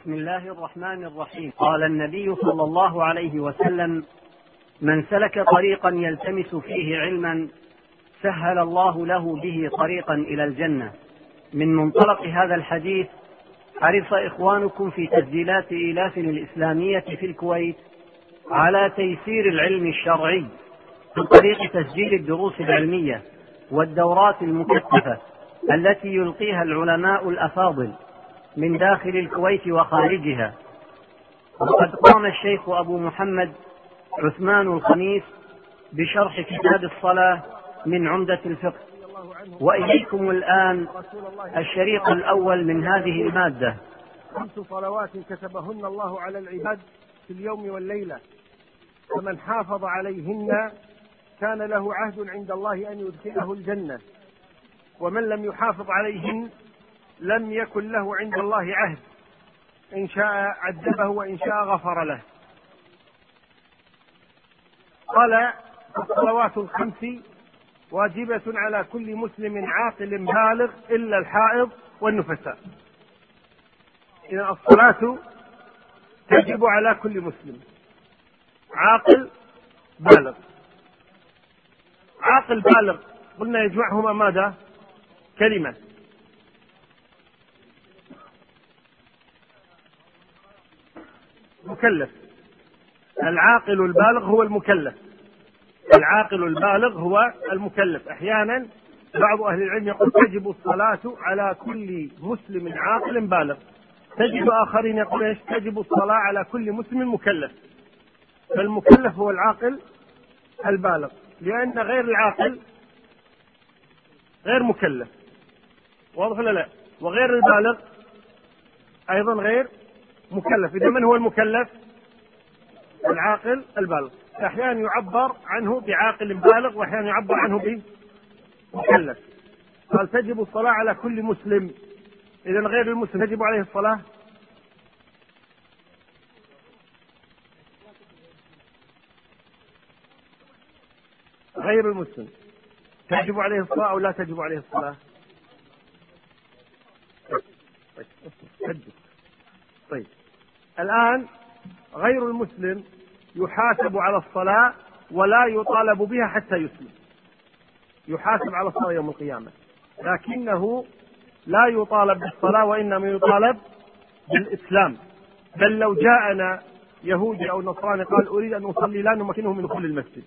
بسم الله الرحمن الرحيم. قال النبي صلى الله عليه وسلم: من سلك طريقا يلتمس فيه علما سهل الله له به طريقا إلى الجنة. من منطلق هذا الحديث حرص إخوانكم في تسجيلات إيلاف الإسلامية في الكويت على تيسير العلم الشرعي عن طريق تسجيل الدروس العلمية والدورات المكثفة التي يلقيها العلماء الأفاضل من داخل الكويت وخارجها. وقد قام الشيخ أبو محمد عثمان الخميس بشرح كتاب الصلاة من عمدة الفقه، وإليكم الآن الشريط الأول من هذه المادة. 5 صلوات كتبهن الله على العباد في اليوم والليلة، فمن حافظ عليهن كان له عهد عند الله أن يدخله الجنة، ومن لم يحافظ عليهن لم يكن له عند الله عهد، إن شاء عذبه وإن شاء غفر له. قال: الصلوات الخمس واجبة على كل مسلم عاقل بالغ إلا الحائض والنفساء. إذن الصلاة تجب على كل مسلم عاقل بالغ. عاقل بالغ قلنا يجمعهما ماذا؟ كلمة. مكلف. العاقل البالغ هو المكلف. العاقل البالغ هو المكلف. أحيانا بعض أهل العلم يقول تجب الصلاة على كل مسلم عاقل بالغ، تجد آخرين يقول إيش؟ تجب الصلاة على كل مسلم مكلف. فالمكلف هو العاقل البالغ، لأن غير العاقل غير مكلف، واضح ولا لا؟ وغير البالغ أيضا غير مكلف. إذا من هو المكلف؟ العاقل البالغ. أحيانا يعبر عنه بعاقل بالغ، وأحيانا يعبر عنه بمكلف. قال تجب الصلاة على كل مسلم. إذا غير المسلم تجب عليه الصلاة؟ غير المسلم تجب عليه الصلاة أو لا تجب عليه الصلاة؟ طيب الآن غير المسلم يحاسب على الصلاة ولا يطالب بها حتى يسلم. يحاسب على الصلاة يوم القيامة، لكنه لا يطالب بالصلاة وإنما يطالب بالإسلام. بل لو جاءنا يهودي أو نصراني قال أريد أن أصلي لا نمكنه من دخول المسجد،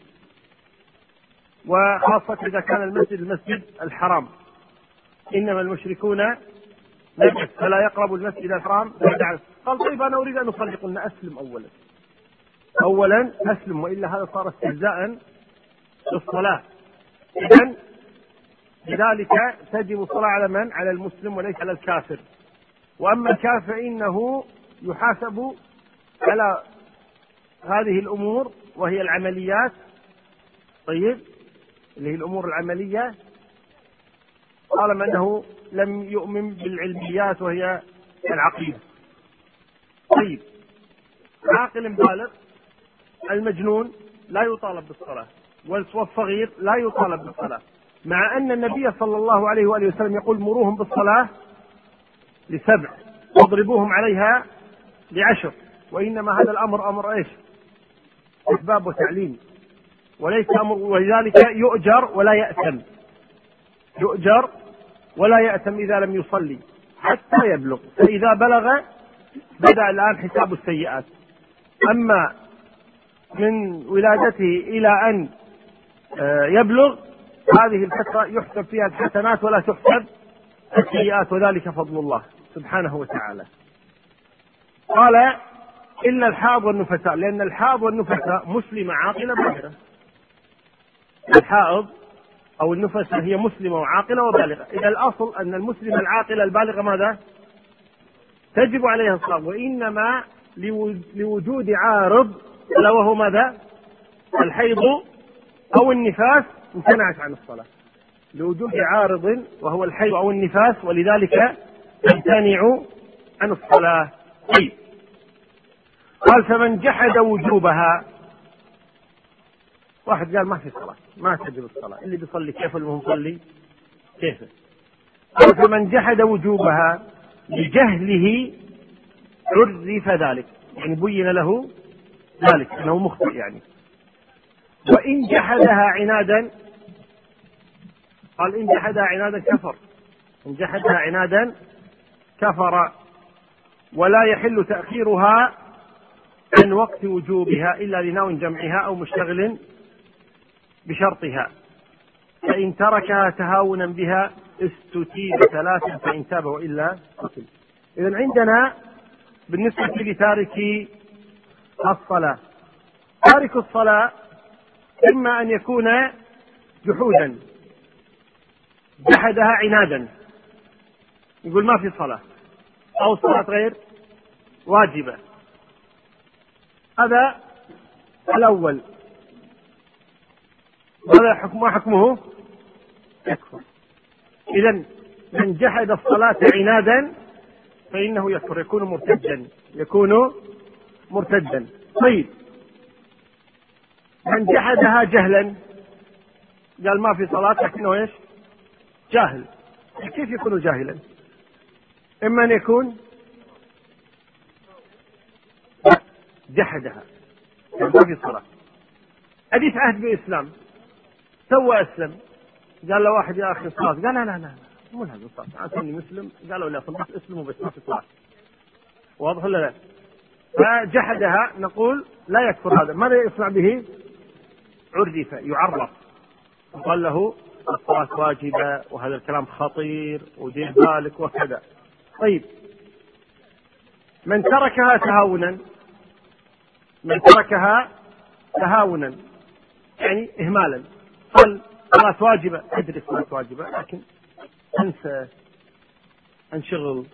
وخاصة إذا كان المسجد الحرام. إنما المشركون نجس فلا يقربوا المسجد الحرام. قال طيب أنا أريد أن أصلي. قلنا أسلم أولا أسلم، وإلا هذا صار استهزاء بالصلاة. إذن لذلك تجب الصلاة على من؟ على المسلم وليس على الكافر. وأما الكافر إنه يحاسب على هذه الأمور وهي العمليات. طيب اللي هي الأمور العملية طالما أنه لم يؤمن بالعلميات وهي العقيدة. طيب عاقل بالغ، المجنون لا يطالب بالصلاة، والصغير لا يطالب بالصلاة، مع أن النبي صلى الله عليه وآله وسلم يقول مروهم بالصلاة ل7 واضربوهم عليها ل10. وإنما هذا الأمر أمر إيش؟ إحباب وتعليم، وليس أمر. ولذلك يؤجر ولا يأثم. يؤجر ولا يأثم إذا لم يصلي حتى يبلغ، فإذا بلغ بدأ الآن حساب السيئات. أما من ولادته إلى أن يبلغ هذه الفترة يحسب فيها الحسنات ولا تحسب السيئات، وذلك فضل الله سبحانه وتعالى. قال إلا الحائض والنفساء، لأن الحائض والنفساء مسلمة عاقلة بالغة. الحائض أو النفساء هي مسلمة وعاقلة وبالغة. إذا الأصل أن المسلم العاقلة البالغة ماذا؟ تجب عليها الصلاة، وإنما لوجود عارض ألا وهو ماذا؟ الحيض أو النفاس امتنعت عن الصلاة. لوجود عارض وهو الحيض أو النفاس، ولذلك تمتنع عن الصلاة. طيب قال فمن جحد وجوبها. واحد قال ما في صلاة، ما تجب الصلاة، اللي بيصلي كيف اللي مصلي كيف. قال فمن جحد وجوبها لجهله عرف ذلك، يعني بين له ذلك أنه مخطئ يعني. وإن جحدها عنادا، قال إن جحدها عنادا كفر، إن جحدها عنادا كفر. ولا يحل تأخيرها عن وقت وجوبها إلا لناو جمعها أو مشتغل بشرطها، فإن تركها تهاونا بها استتيب ثلاثا فإن تاب وإلا قتل. إذن عندنا بالنسبة لتارك الصلاة، تارك الصلاة إما أن يكون جحودا، جحدها عنادا، يقول ما في صلاة، أو الصلاة غير واجبة، هذا الأول، هذا ما حكمه؟ يكفر. إذن من جحد الصلاة عنادا فإنه يكفر، يكون مرتدا، يكون مرتدا. طيب من جحدها جهلا، قال ما في صلاة لكنه ايش؟ جاهل. كيف يكون جاهلا؟ إما أن يكون جحدها يعني ما في صلاة، حديث عهد بالإسلام، سوى أسلم، قال له واحد يا أخي صلاة، قال لا لا لا مو هذا الصلاة، أتوني مسلم، قالوا لا صلاة اسلموا بس ما في صلاة، واضح ولا لا؟ فجحدها نقول لا يكفر. هذا ماذا يصنع به؟ عرف، يعرف، وقال له الصلاة واجبة وهذا الكلام خطير ودير بالك وكذا. طيب من تركها تهاونا، من تركها تهاونا يعني إهمالا، قال صلاة واجبة، أدري صلاة واجبة لكن أنسى، أنشغل،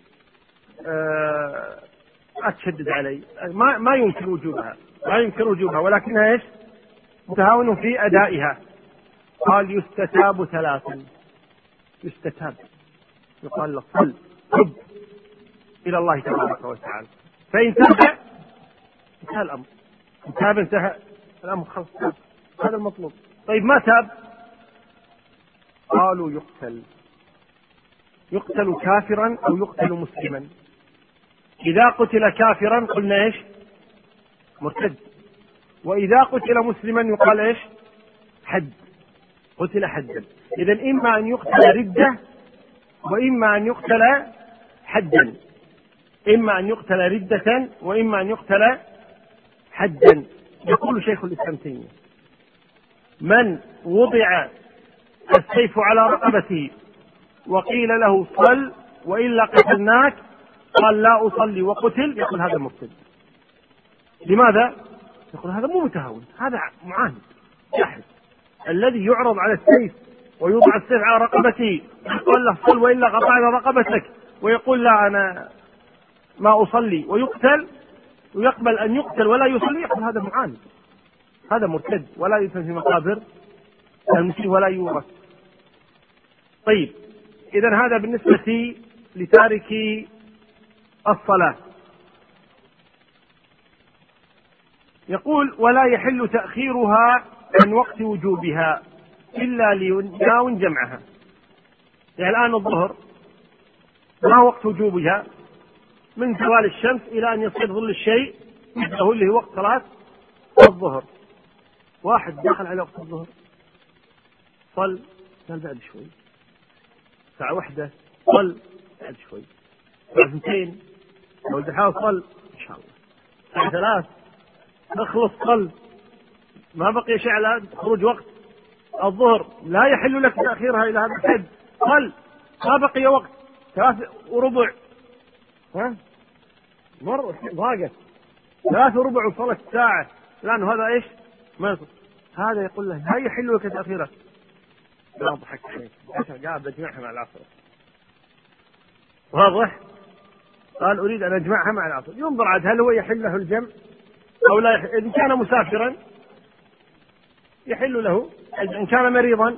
أتشدد علي، ما يمكن وجوبها، ما يمكن وجوبها، ولكنها إيش؟ متهاون في أدائها. قال يستتاب ثلاثا، يستتاب، يقال له صل تب إلى الله تبارك وتعالى، فإن تاب انتهى الأمر، إن تاب انتهى الأمر، خلاص تاب، هذا المطلوب. طيب ما تاب؟ قالوا يقتل، يقتل كافرا أو يقتل مسلما. إذا قتل كافرا قلنا إيش؟ مرتد. وإذا قتل مسلما يقال إيش؟ حد، قتل حدا. إذن إما أن يقتل ردة وإما أن يقتل حدا، إما أن يقتل ردة وإما أن يقتل حدا. يقول شيخ الإسلام تيمية من وضع السيف على رقبته وقيل له صل وإلا قتلناك قال لا أصلي وقتل، يقول هذا مرتد. لماذا؟ يقول هذا مو متهاون، هذا معاند جاحد. الذي يعرض على السيف ويوضع السيف على رقبته يقول له صل وإلا قطعنا رقبتك، ويقول لا أنا ما أصلي ويقتل، ويقبل أن يقتل ولا يصلي، يقول هذا معاند، هذا مرتد ولا يدفن في مقابر المسلمين ولا يورث. طيب إذن هذا بالنسبة لتارك الصلاة. يقول ولا يحل تأخيرها عن وقت وجوبها إلا لناو جمعها. يعني الآن الظهر ما هو وقت وجوبها؟ من زوال الشمس إلى أن يصير ظل الشيء مثله اللي هو وقت صلاة الظهر. واحد دخل على وقت الظهر صل، قال بعد شوي، ساعة واحدة صل، بعد شوي، ساعة 2 لو الدحاء صل إن شاء الله، ساعة 3 نخلص صل، ما بقي شيء على خروج وقت الظهر، لا يحل لك تأخيرها إلى هذا الحد، صل، ما بقي وقت 3:15، ها مرة ضاقت 3:15 وصلت ساعة، لأنه هذا إيش؟ ما يصل. هذا يقول له لا يحل لك تأخيرها. لا ضحك عليك، قاعد أجمعها مع العصر، واضح؟ قال أريد أن أجمعها مع العصر. ينظر عاد هل هو يحل له الجمع أو لا يحل. إن كان مسافرا يحل له، إن كان مريضا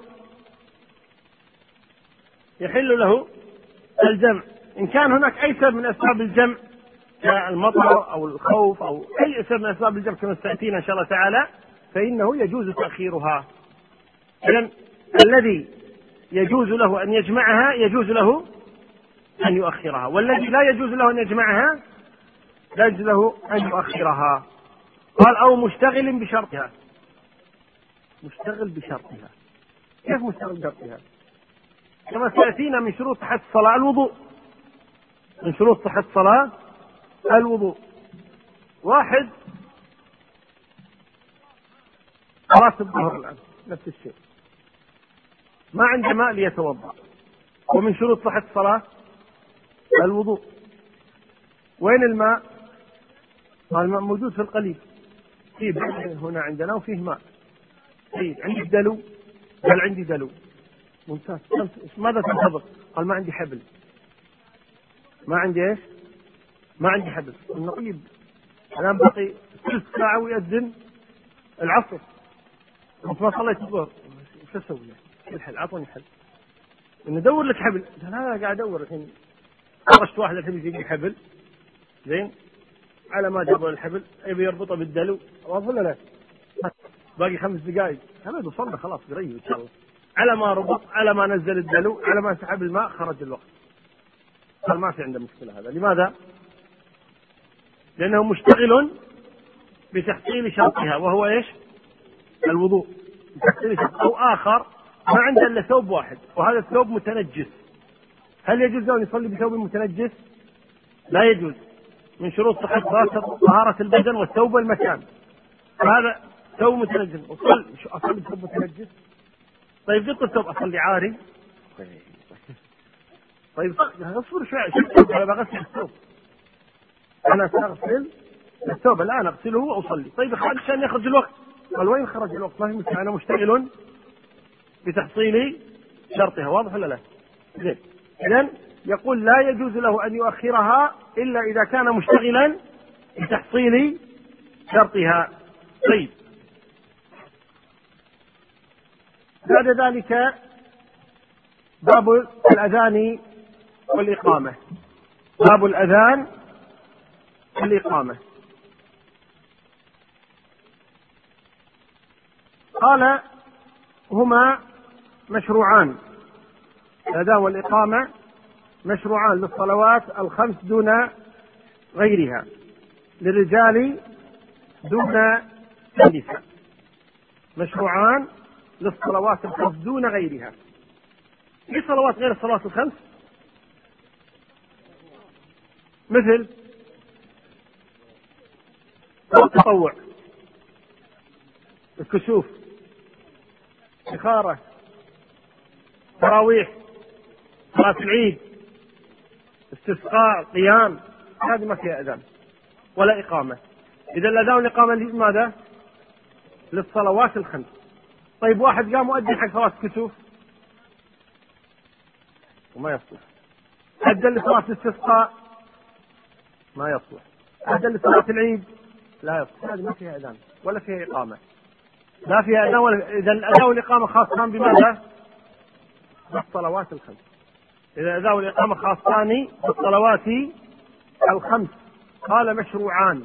يحل له الجمع، إن كان هناك أي سبب من أسباب الجمع كالمطر أو الخوف أو أي سبب من أسباب الجمع كما ستأتينا إن شاء الله تعالى فإنه يجوز تأخيرها. إذن الذي يجوز له أن يجمعها يجوز له أن يؤخرها، والذي لا يجوز له أن يجمعها لا يجوز له أن يؤخرها. قال أو مشتغل بشرطها. مشتغل بشرطها، كيف مشتغل بشرطها؟ كما سيأتينا من شروط صحة الصلاة الوضوء. من شروط صحة الصلاة الوضوء. واحد صلاة الظهر الآن نفس الشيء، ما عنده ماء ليتوضأ، ومن شروط صحة الصلاة الوضوء. وين الماء؟ قال الماء موجود في القليل، فيه هنا عندنا وفيه ماء. طيب عندك دلو؟ قال عندي دلو. ممتاز. ماذا تنتظر؟ قال ما عندي حبل. ما عندي ايش؟ ما عندي حبل. قلنا طيب الآن باقي ثلث ساعة ويأذن العصر، وانت ما صليت الظهر، شو اسوي؟ الحل اعطوني حل. ندور لك حبل. لا قاعد ادور الحين. خرجت واحد الحين يجيب لي حبل، زين، على ما جاب الحبل يبي يربطه بالدلو، واضح ولا لا؟ باقي 5 دقائق، هذا وصلنا خلاص قريب ان شاء الله. على ما ربط، على ما نزل الدلو، على ما سحب الماء، خرج الوقت. قال ما في عنده مشكلة هذا. لماذا؟ لأنه مشتغل بتحصيل شرطها، وهو ايش؟ الوضوء. بتحصيل شرط. أو آخر ما عنده إلا ثوب واحد، وهذا الثوب متنجس. هل يجوز له أن يصلي بثوب متنجس؟ لا يجوز. من شروط صحة طهارة البدن والثوب والمكان. هذا ثوب متنجس، أصلي بثوب متنجس؟ طيب قلت الثوب أصلي عاري؟ طيب اصبر شوي، أنا بغسل الثوب، أنا سأغسل الثوب الآن، أغسله وأصلي. طيب عشان يخرج الوقت. قال وين خرج الوقت؟ ما في مشكلة، أنا مشتغل بتحصيل شرطها. واضح ولا لا؟ زين. إذن يقول لا يجوز له أن يؤخرها إلا إذا كان مشتغلا بتحصيل شرطها. طيب بعد ذلك باب الأذان والإقامة. باب الأذان والإقامة. قال هما مشروعان، الأذان والإقامة مشروعان للصلوات الخمس دون غيرها، للرجال دون النساء. مشروعان للصلوات الخمس دون غيرها. في صلوات غير الصلوات الخمس مثل التطوع، الكسوف، إخارة، تراويح، صلاة العيد، استسقاء، قيام، هذه ما فيها أذان ولا إقامة. إذا الأذان والإقامة لماذا؟ للصلوات الخمس. طيب واحد قام مؤذن حق صلاة الكسوف وما يصلح، أذن لصلاة الاستسقاء ما يصلح، أذن لصلاة العيد لا يصلح. هذه ما فيها أذان ولا فيها إقامة، لا فيها أذان ولا. إذا الأذان والإقامة خاصان بماذا؟ بالصلوات الخمس. إذا الأذان والإقامة خاصان بالصلوات الخمس. قال مشروعان.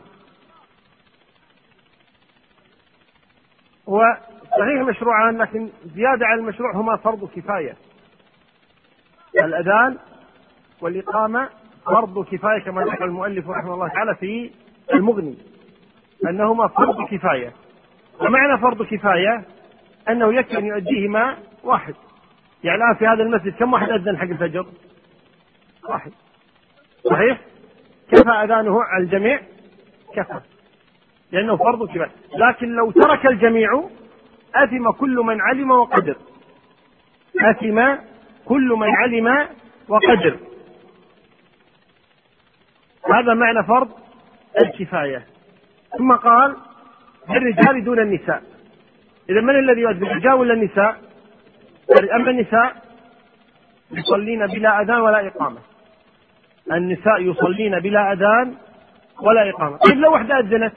هو صحيح مشروعان، لكن زيادة على المشروع هما فرض كفاية. الأذان والإقامة فرض كفاية كما ذكر المؤلف رحمه الله تعالى في المغني، أنهما فرض كفاية. ومعنى فرض كفاية أنه يكفي أن يؤديهما واحد. يعني الآن في هذا المسجد كم واحد أذن حق الفجر؟ واحد، صحيح؟ كفى أذانه على الجميع؟ كفى، لأنه فرض كفاية. لكن لو ترك الجميع أثم كل من علم وقدر. أثم كل من علم وقدر. هذا معنى فرض الكفاية. ثم قال الرجال دون النساء. إذا من الذي يؤذن، الرجال ولا النساء؟ أما النساء يصلين بلا أذان ولا إقامة. النساء يصلين بلا أذان ولا إقامة. طيب لو واحدة أذنت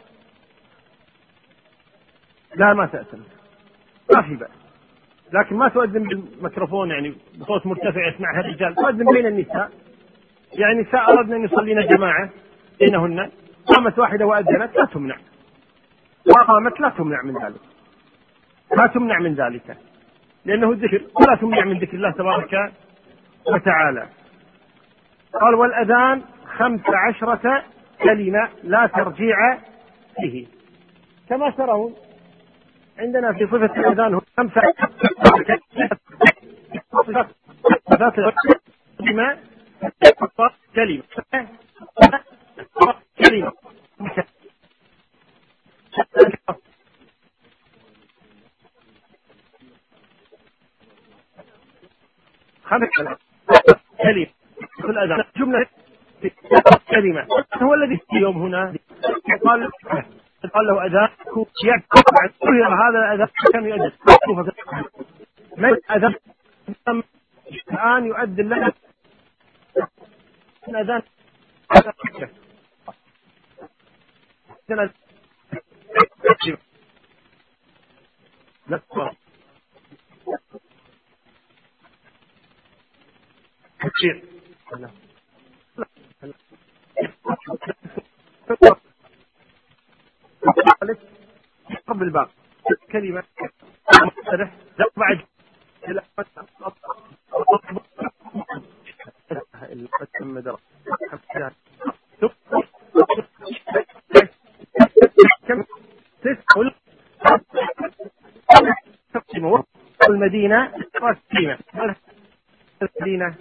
لا ما تأثم، ما في بأس، لكن ما تؤذن بالميكروفون يعني بصوت مرتفع يسمعها الرجال، تؤذن بين النساء. يعني النساء أردنا أن يصلين جماعة بينهن، قامت واحدة وأذنت لا تمنع، وقامت لا تمنع من ذلك، لا تمنع من ذلك، لأنه الذكر ولا تمنع من ذكر الله تبارك وتعالى. قال والأذان 15 كلمة لا ترجيع فيه. كما ترون عندنا في صفة الأذان 5 صفات كلمة كلمة 5 كلمة في الأذان جملة كلمة. هو الذي اليوم هنا قال له أذان هذا الأذان كم يؤذن ما الأذان الآن يؤذن لنا الأذان كثير قبل الباب كلمة بعد المدينة المدينة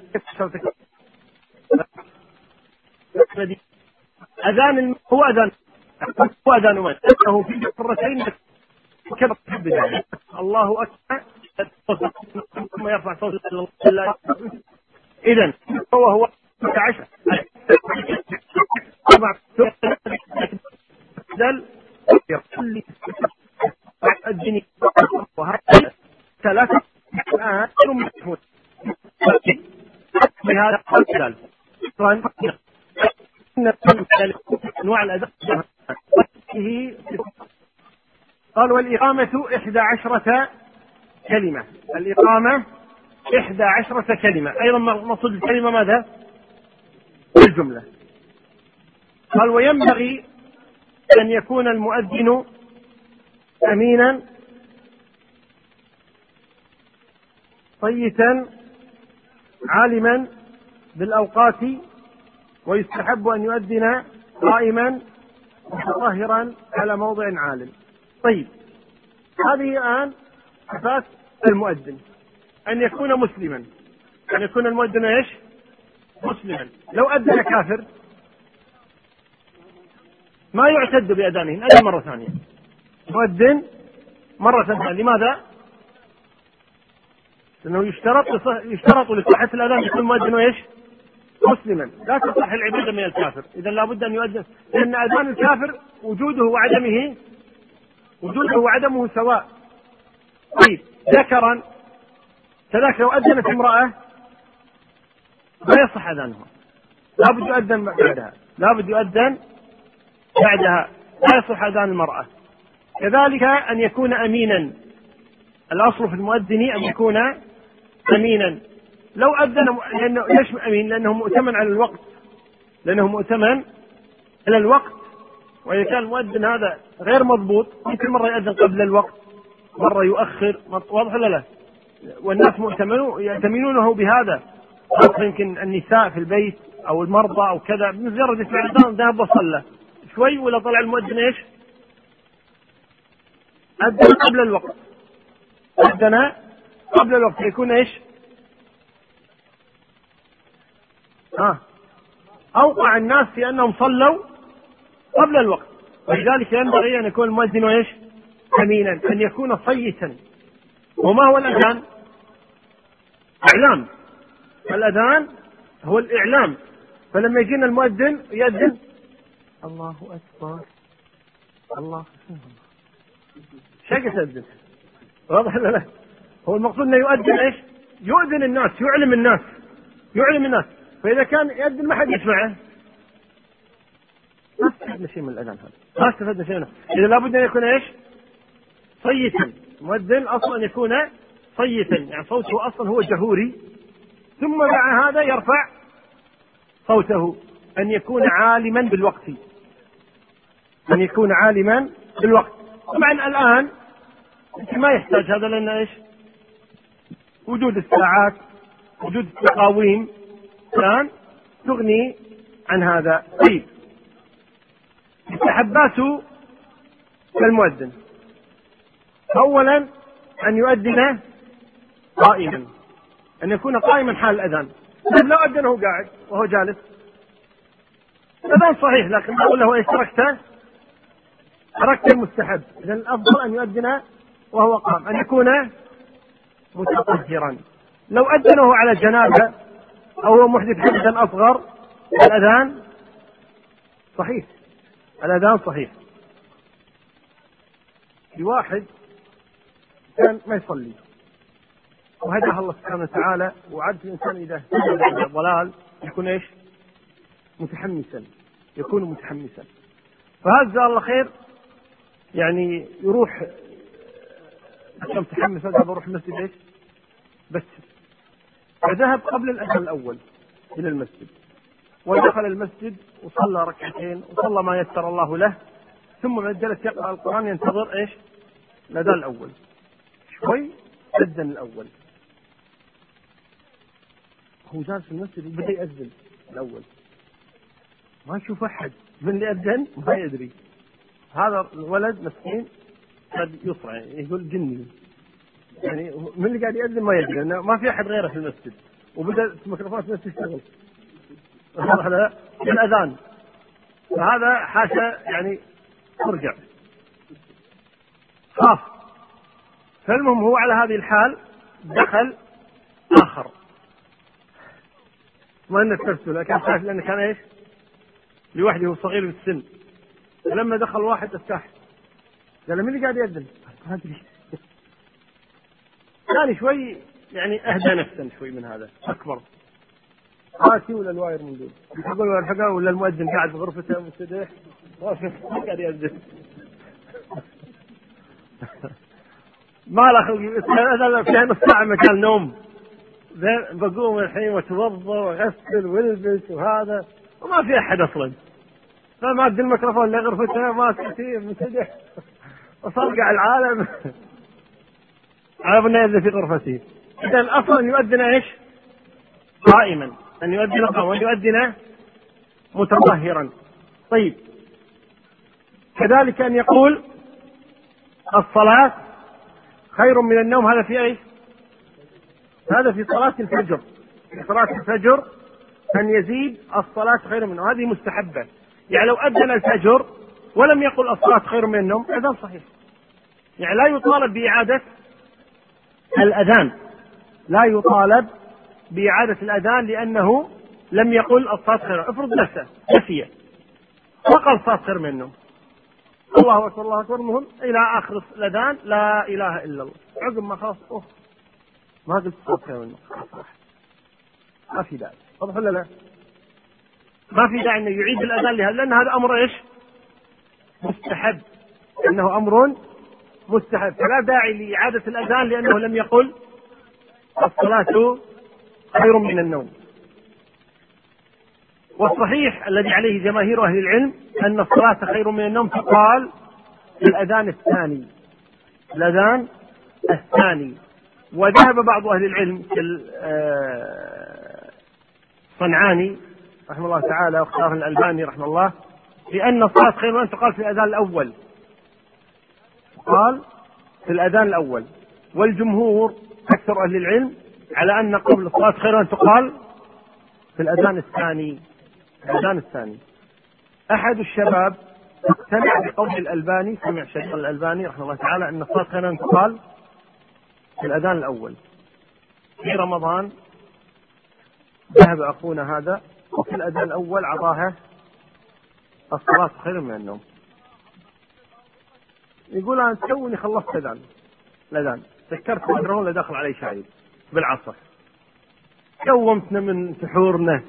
أذان هو أذان من أنه في مرتين كبر بداية الله أكبر ثم يرفع صوت الله. إذن هو 10 دل يصلي الدنيا وهذا 3 الآن مفهوم بهذا الكلام. أنواع الأذان قال والإقامة 11 كلمة. الإقامة 11 كلمة. أيضا مقصود الكلمة ماذا؟ الجملة. قال وينبغي أن يكون المؤذن أمينا صيتا عالما بالأوقات ويستحب أن يؤذن قائما متطهرا على موضع عال. طيب هذه الآن صفات المؤذن. أن يكون مسلما. أن يكون المؤذن إيش؟ مسلما. لو أذن كافر ما يعتد بأذانه أذن مرة ثانية. مؤذن مرة ثانية. لماذا؟ لأنه يشترط لصحة الأذان يكون المؤذن إيش؟ مسلما. لا تصح العبادة من الكافر. إذا لابد أن يؤذن، لأن أذان الكافر وجوده وعدمه سواء. طيب ذكرا كذلك لو أذنت امرأة لا يصح أذانها. لابد يؤذن بعدها. لا يصح أذان المرأة. كذلك أن يكون أمينا. الأصل في المؤذن أن يكون أمينا. لو أذن لأنه ليش أمين؟ لأنه مؤتمن على الوقت. وإذا كان المؤذن هذا غير مضبوط ممكن مرة يأذن قبل الوقت مرة يؤخر. واضح ولا لا؟ والناس يأتمنونه بهذا. يمكن النساء في البيت أو المرضى أو كذا بمجرد يسمع الأذان ذهب وصلى شوي ولا طلع المؤذن إيش؟ أذن قبل الوقت يكون إيش؟ أوقع الناس في أنهم صلوا قبل الوقت. ولذلك ينبغي أن يكون المؤذن إيش؟ أمينا. أن يكون صيتا. وما هو الأذان؟ إعلام. الأذان هو الإعلام. فلما يجينا المؤذن يأذن الله أكبر الله شاكس أذن. واضح ولا لا؟ هو المقصود أنه يؤذن إيش؟ يؤذن الناس، يعلم الناس. فإذا كان يأذن ما حد يسمعه ما استفدنا شيء من الأذان هذا. إذا لابد أن يكون إيش؟ صيتا. المؤذن أصلا أن يكون صيتا، يعني صوته أصلا هو جهوري، ثم مع هذا يرفع صوته. أن يكون عالما بالوقت. طبعا الآن ما يحتاج هذا لأن إيش؟ وجود الساعات، وجود التقاويم الآن تغني عن هذا. طيب مستحبات كالمؤذن: أولا أن يؤذن قائما، أن يكون قائما حال الأذان. لو أذنه قاعد وهو جالس الأذان صحيح، لكن أقول له إيش تركت المستحب. إذن الأفضل أن يؤذن وهو قام، أن يكون متطهرا. لو أذنه على جنابه أو هو محدث حدثا أصغر الأذان صحيح، الأذان صحيح. في واحد كان ما يصلي وهداه الله سبحانه وتعالى، وعادة الإنسان إذا اهتدى الضلال يكون إيش؟ متحمسا، يكون متحمسا. فهذا جزاه الله خير يعني يروح متحمس، هذا بروح المسجد إيش؟ بس فذهب قبل الأذان الأول إلى المسجد، ودخل المسجد وصلى ركعتين وصلى ما يسر الله له، ثم جلس يقرأ القرآن ينتظر إيش؟ الأذان الأول. شوي أذن الأول، هو جالس في المسجد وبدأ يأذن الأول، ما يشوف أحد من اللي أذن ما يدري. هذا الولد مسكين قد يصرع، يقول جني، يعني من اللي قاعد يأذن ما يدري، لأنه ما في أحد غيره في المسجد، وبدأ الميكروفونات المسجد تشتغل هذا الأذان. فهذا حاشا يعني ترجع خاف. فالمهم هو على هذه الحال دخل آخر، ما أنه ترسل، كان خايف لأنه كان إيش؟ لوحده صغير في السن. ولما دخل واحد استاح، قال من اللي قاعد يأذن؟ ما أدري. يعني شوي يعني أهدى نفسا شوي من هذا أكبر. قاسي ولا الواير موجود؟ يحقوا ولا الحقوا ولا المؤذن قاعد في غرفته مستدح ما قاعد يأذن. ما له خلق في نص ساعة مكان نوم، بقوم الحين واتوضا واغسل والبس وهذا، وما في أحد أصلا. فما أدي الميكروفون لغرفته ما فيه مستدح وصرقع العالم عرفنا يأذن في غرفته. إذا الأصل أن يؤذن إيش؟ قائما، أن يؤذن قائما، وأن يؤذن متطهرا. طيب كذلك أن يقول الصلاة خير من النوم، هذا في أي؟ هذا في صلاة الفجر. في صلاة الفجر أن يزيد الصلاة خير من النوم، هذه مستحبة. يعني لو أذن الفجر ولم يقل الصلاة خير من النوم أذان صحيح، يعني لا يطالب بإعادة الأذان، لا يطالب بإعادة الأذان لأنه لم يقل الصلاة خير. افرض نفسه نسي وقال الصلاة خير من النوم، الله أكبر الله أكبر، المهم إلى آخر الأذان لا إله إلا الله، عقب ما خلاص ما قلت الصلاة خير من النوم، ما في داعي. واضح ولا لا؟ ما في داعي أنه يعيد الأذان لهذا، لأن هذا أمر إيش؟ مستحب، إنه أمر مستحب، فلا داعي لإعادة الأذان لأنه لم يقل الصلاة خير من النوم. والصحيح الذي عليه جماهير أهل العلم أن الصلاة خير من النوم تقال في الأذان الثاني، الأذان الثاني. وذهب بعض أهل العلم كالصنعاني رحمه الله تعالى واختار الألباني رحمه الله بأن الصلاة خير من النوم تقال في الأذان الأول، قال في الأذان الأول. والجمهور أكثر أهل العلم على أن قبل الصلاة خير من النوم تقال في الأذان الثاني. الأذان الثاني. أحد الشباب اقتنع بقول الألباني، سمع شيخ الألباني رحمه الله تعالى أن الصلاة خير من النوم تقال في الأذان الأول. في رمضان ذهب أخونا هذا وفي الأذان الأول عطاها الصلاة خير من النوم. يقول أنا توني خلصت الأذان ذكرت مدرون اللي داخل علي شايب بالعصر، قومتنا من سحورنا.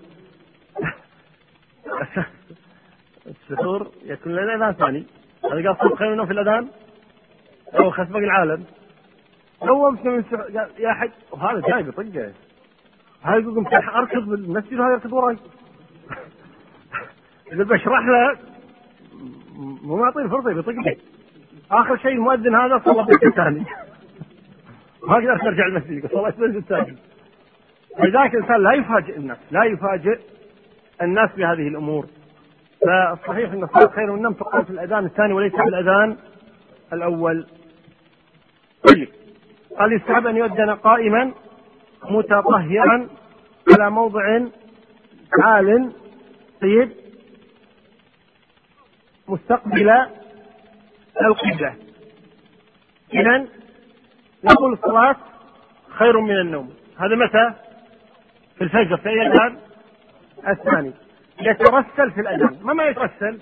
السحور يكون لنا أذان ثاني، هذا قال صلاة خير من النوم في الأذان أو خسبق العالم. قومتنا من سحور، قال يا حج، وهذا جاي بطقه، هذا يقول قمت أركض بالمسجد وهذا يركض وراي. إذا بشرح له مو معطيه فرصة بطقه. آخر شيء المؤذن هذا صلى بالجزء الثاني، ما أقدر أرجع المسجد، صلى بالجزء الثاني. لذلك الإنسان لا يفاجئ الناس، لا يفاجئ الناس بهذه الأمور. فالصحيح أن الصلاة خير من النوم تقال في الأذان الثاني وليس في الأذان الأول. طيب، قال يستحب أن يؤذن قائما متطهرا على موضع عال طيب مستقبل القبلة. إذن نقول الصلاة خير من النوم. هذا متى؟ في الفجر، في أي الآن؟ الثاني. يترسل في الأذان. ما يترسل؟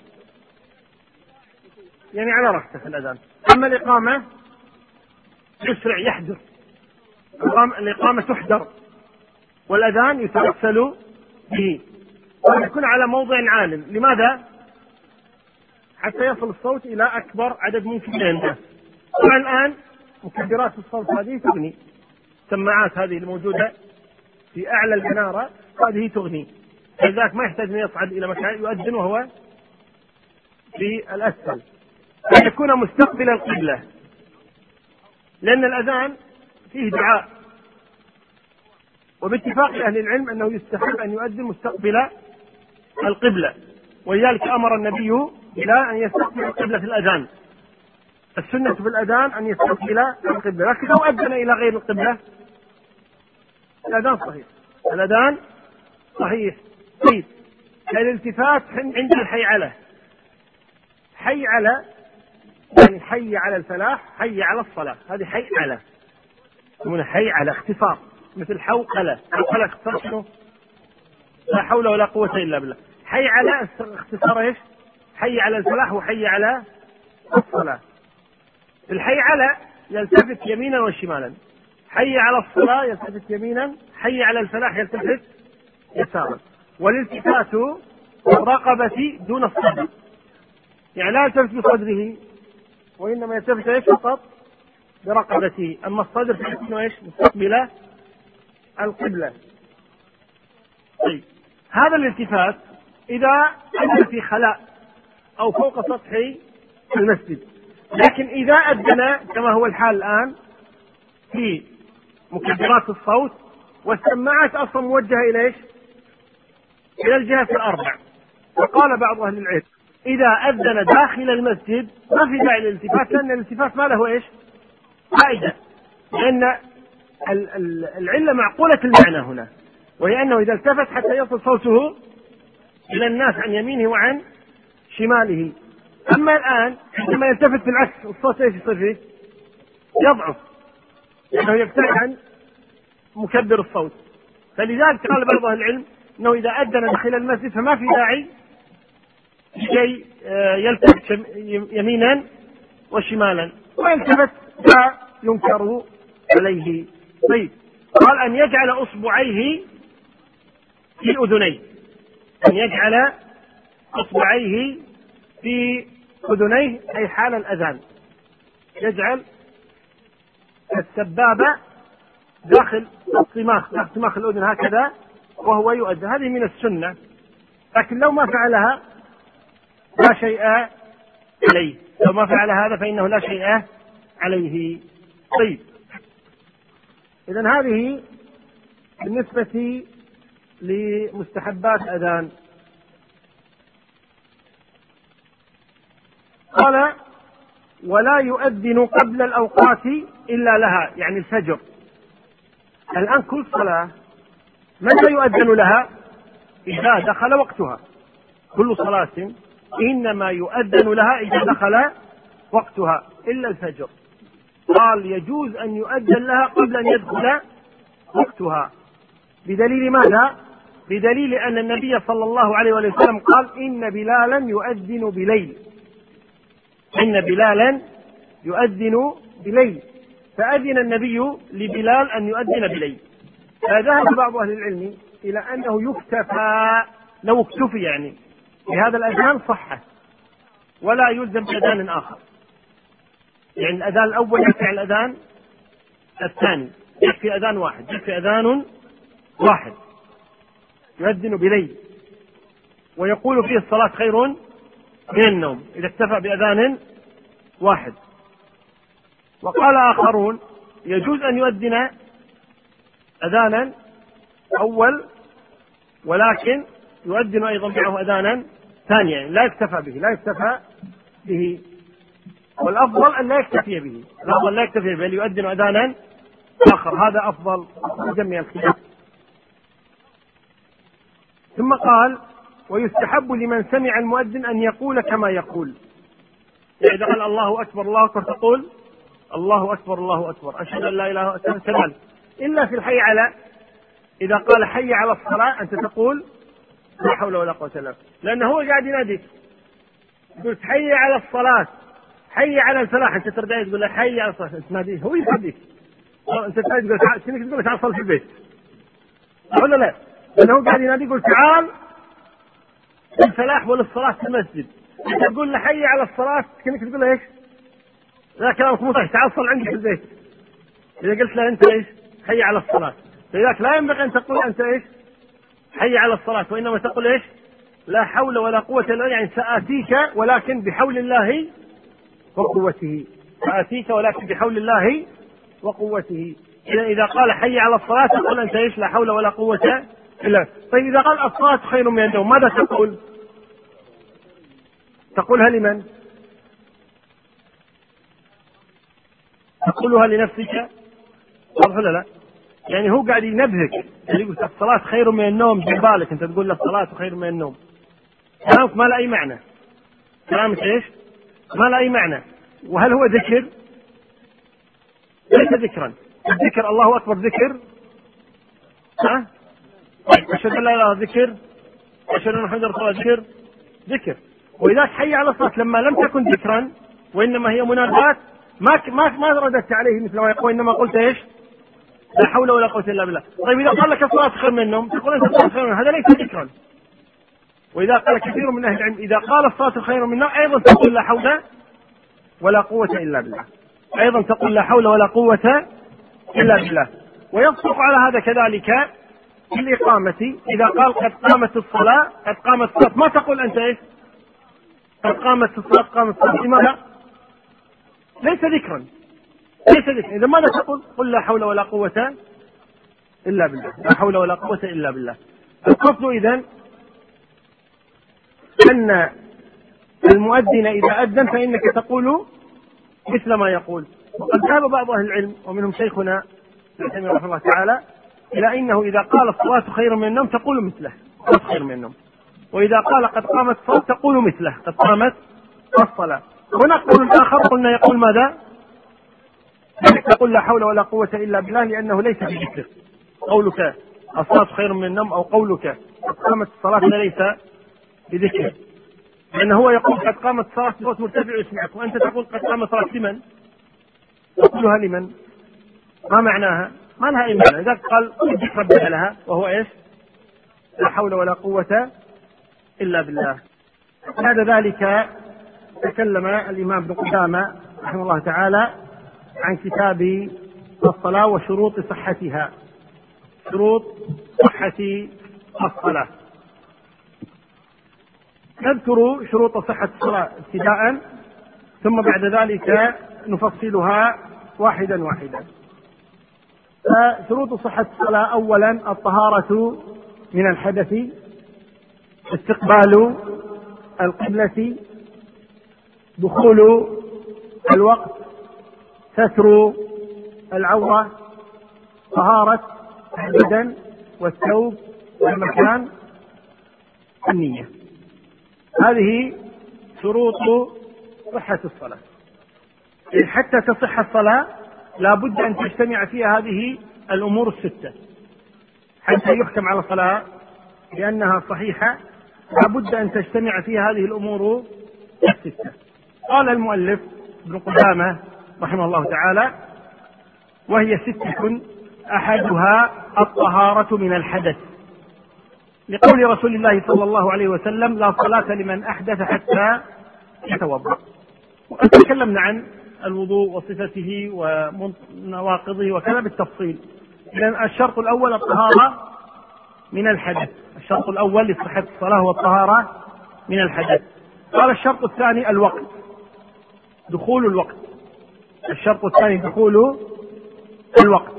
يعني على رأسه في الأذان. أما الإقامة يسرع يحدث، الإقامة تحدر والأذان يترسل به ويكون على موضع عال. لماذا؟ حتى يصل الصوت إلى أكبر عدد ممكن من الناس. طبعا الآن مكبرات الصوت هذه تغني، السماعات هذه الموجودة في أعلى المنارة هذه تغني، فذاك ما يحتاج أن يصعد إلى مكان يؤذن وهو في الأسفل، أن يكون مستقبل القبلة، لأن الأذان فيه دعاء، وباتفاق أهل العلم أنه يستحب أن يؤذن مستقبل القبلة، ولذلك أمر النبي إلى أن يستقبل القبلة في الأذان. السنة في الأذان أن يستقبل القبلة، لكن لو أذن إلى غير القبلة الأذان صحيح، الأذان صحيح. طيب، الالتفات عند الحي على، حي على يعني حي على الفلاح، حي على الصلاة، هذه حي على، يسمونه حي على اختصار، مثل حوقلة، حوقلة اختصار شنو؟ لا حول ولا قوة إلا بالله. حي على اختصار ايش؟ حي على الفلاح وحي على الصلاة. الحي على يلتفت يمينا وشمالا، حي على الصلاة يلتفت يمينا، حي على الفلاح يلتفت يسارا. والالتفات الرقبة دون الصدر، يعني لا يلتفت بصدره وإنما يلتفت ايش فقط؟ برقبته. أما الصدر فيكون ايش؟ مستقبل القبلة. طيب، هذا الالتفات إذا أذن في خلاء أو فوق سطح المسجد، لكن إذا أذن كما هو الحال الآن في مكبرات الصوت والسماعات أصلا موجهة إلى إيش؟ إلى الجهة الأربع. وقال بعض أهل العلم إذا أذن داخل المسجد ما في داعي للالتفات، لأن الالتفات ما له إيش؟ فائدة، لأن العلة معقولة المعنى هنا، وهي أنه إذا التفت حتى يصل صوته إلى الناس عن يمينه وعن شماله. أما الآن عندما يلتفت بالعكس الصوت ايش يصير فيه؟ يضعف، لأنه يبتعد عن مكبر الصوت. فلذلك قال بعض أهل العلم أنه إذا أذن داخل المسجد فما في داعي لكي يلتفت يمينا وشمالا، ويلتفت لا ينكر عليه. طيب، قال أن يجعل أصبعيه في أذنيه، أن يجعل أصبعيه في أذنيه أي حال الأذان، يجعل السبابة داخل الصماخ الأذن هكذا وهو يؤذن. هذه من السنة، لكن لو ما فعلها لا شيء عليه، لو ما فعل هذا فإنه لا شيء عليه. طيب، إذن هذه بالنسبة لمستحبات الأذان. قال ولا يؤذن قبل الأوقات إلا لها، يعني الفجر. الآن كل صلاة متى يؤذن لها؟ إذا دخل وقتها، كل صلاة إنما يؤذن لها إذا دخل وقتها إلا الفجر. قال يجوز أن يؤذن لها قبل أن يدخل وقتها، بدليل ماذا؟ بدليل أن النبي صلى الله عليه وسلم قال إن بلالا يؤذن بليل، إن بلالا يؤذن بليل، فأذن النبي لبلال أن يؤذن بليل. فذهب بعض أهل العلم إلى أنه يكتفى، لو اكتفي يعني بهذا الأذان صحة ولا يلزم بأذان آخر، يعني الأذان الأول يكفي على الأذان الثاني، يكفي أذان واحد، يكفي أذان واحد يؤذن بليل ويقول فيه الصلاة خير من النوم إذا اكتفى بأذان واحد. وقال آخرون يجوز أن يؤذن أذانا أول ولكن يؤذن أيضا معه أذانا ثانية يعني لا يكتفى به والأفضل أن لا يكتفي به، الأفضل لا يكتفي به، يؤذن أذانا آخر، هذا أفضل جميع الخلاف. ثم قال: ويستحب لمن سمع المؤذن أن يقول كما يقول، يعني إذا قال الله أكبر الله أكبر تقول الله أكبر الله أكبر أشهد أن لا إله إلا الله، إلا في الحي على، إذا قال حي على الصلاة أنت تقول لا حول ولا قوة إلا بالله، لأنه هو قاعد يناديك، يقول حي على الصلاة حي على الفلاح، أنت ترجع تقول له حي على الصلاة، أنت تناديه هو يناديك، أنت تقول كأنك تعال صل في البيت ولا لا؟ لأنه قاعد يناديك يقول تعال الفلاح وللصلاة في المسجد، أنت تقول له حي على الصلاة كأنك تقول له إيش؟ لا كلامك مو صحيح، تعال صل عندي في البيت. إذا قلت له أنت إيش؟ حي على الصلاة، لذلك لا ينبغي أن تقول أنت إيش؟ حي على الصلاة، وإنما تقول إيش؟ لا حول ولا قوة إلا بالله، يعني سآتيك ولكن بحول الله وقوته، سآتيك ولكن بحول الله وقوته. إذا قال حي على الصلاة تقول أنت إيش؟ لا حول ولا قوة إلا بالله. طيب إذا قال الصلاة خير من النوم ماذا تقول؟ تقولها لمن؟ تقولها لنفسك واضح ولا لا؟ يعني هو قاعد ينبهك، يعني يقول الصلاة خير من النوم، ببالك أنت تقول له الصلاة خير من النوم، كلامك ما له أي معنى، كلامك إيش؟ ما له أي معنى. وهل هو ذكر؟ ليس ذكرا، الذكر الله أكبر ذكر، ها؟ أشهد أن لا إله إلا الله ذكر، أشهد أن محمدا رسول الله ذكر. وإذا حي على الصلاة لما لم تكن ذكرا وإنما هي منادات ما رددت عليه مثل ما يقول، إنما قلت إيش؟ لا حول ولا قوة إلا بالله. طيب إذا قال لك الصلاة خير من النوم تقول أنت الصلاة خير من النوم، هذا ليس ذكرا. وإذا قال كثير من أهل العلم إذا قال الصلاة خير من النوم أيضا تقول لا حول ولا قوة إلا بالله، أيضا تقول لا حول ولا قوة إلا بالله. ويصدق على هذا كذلك في الإقامة، إذا قال قد قامت الصلاة قد قامت الصلاة ما تقول أنت إيش؟ قد قامت الصلاة قامت الصلاة، لماذا؟ ليس ذكرا، ليس ذكرا. إذا ماذا تقول؟ قل لا حول ولا قوة إلا بالله، لا حول ولا قوة إلا بالله. القصد إذن أن المؤذن إذا أذن فإنك تقول مثل ما يقول. وقد ذهب بعض أهل العلم ومنهم شيخنا ابن تيمية رحمه الله تعالى إلى أنه إذا قال الصلاة خير من النوم تقول مثله، الصلاة خير من النوم. وإذا قال قد قامت الصلاة تقول مثله، قد قامت الصلاة. هناك قول آخر قلنا يقول ماذا؟ تقول لا حول ولا قوة إلا بالله، لأنه ليس بذكر. قولك الصلاة خير من النوم أو قولك قد قامت الصلاة ليس بذكر، لأنه هو يقول قد قامت الصلاة بصوت مرتفع يسمعك، وأنت تقول قد قامت الصلاة لمن؟ تقولها لمن؟ ما معناها؟ ما لها أي معنى. إذا قال ذكر بدلها وهو إيش؟ لا حول ولا قوة إلا بالله. بعد ذلك تكلم الإمام ابن قدامة رحمه الله تعالى عن كتاب الصلاة وشروط صحتها، شروط صحة الصلاة. نذكر شروط صحة الصلاة ابتداء، ثم بعد ذلك نفصلها واحدا واحدا. شروط صحة الصلاة: أولا الطهارة من الحدث، استقبال القبلة، دخول الوقت، ستر العورة، طهارة البدن والثوب والمكان، النية. هذه شروط صحة الصلاة. حتى تصح الصلاة لا بد أن تجتمع فيها هذه الأمور الستة حتى يحكم على الصلاة بأنها صحيحة، لا بد أن تجتمع فيها هذه الأمور الستة. قال المؤلف ابن قدامة رحمه الله تعالى: وهي ستة، أحدها الطهارة من الحدث، لقول رسول الله صلى الله عليه وسلم: لا صلاة لمن أحدث حتى يتوضأ. وقد تكلمنا عن الوضوء وصفته ونواقضه وكذا بالتفصيل. إذن الشرط الأول الطهارة من الحدث، الشرط الأول لصحة الصلاة هو الطهارة من الحدث. قال الشرط الثاني الوقت، دخول الوقت، الشرط الثاني دخول الوقت.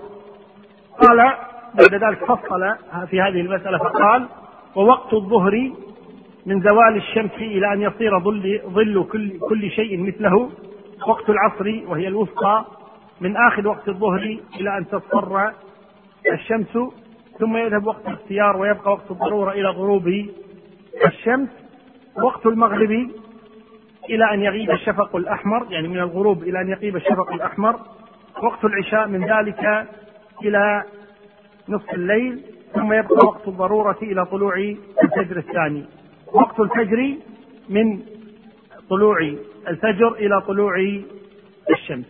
قال بعد ذلك فصل في هذه المسألة فقال: ووقت الظهر من زوال الشمس إلى أن يصير ظل كل شيء مثله. وقت العصر وهي الوسطى من آخر وقت الظهر إلى أن تصفر الشمس، ثم يذهب وقت الاختيار ويبقى وقت الضرورة إلى غروب الشمس. وقت المغرب إلى أن يغيب الشفق الأحمر، يعني من الغروب إلى أن يغيب الشفق الأحمر. وقت العشاء من ذلك إلى نصف الليل، ثم يبقى وقت الضرورة إلى طلوع الفجر الثاني. وقت الفجر من طلوع الفجر إلى طلوع الشمس.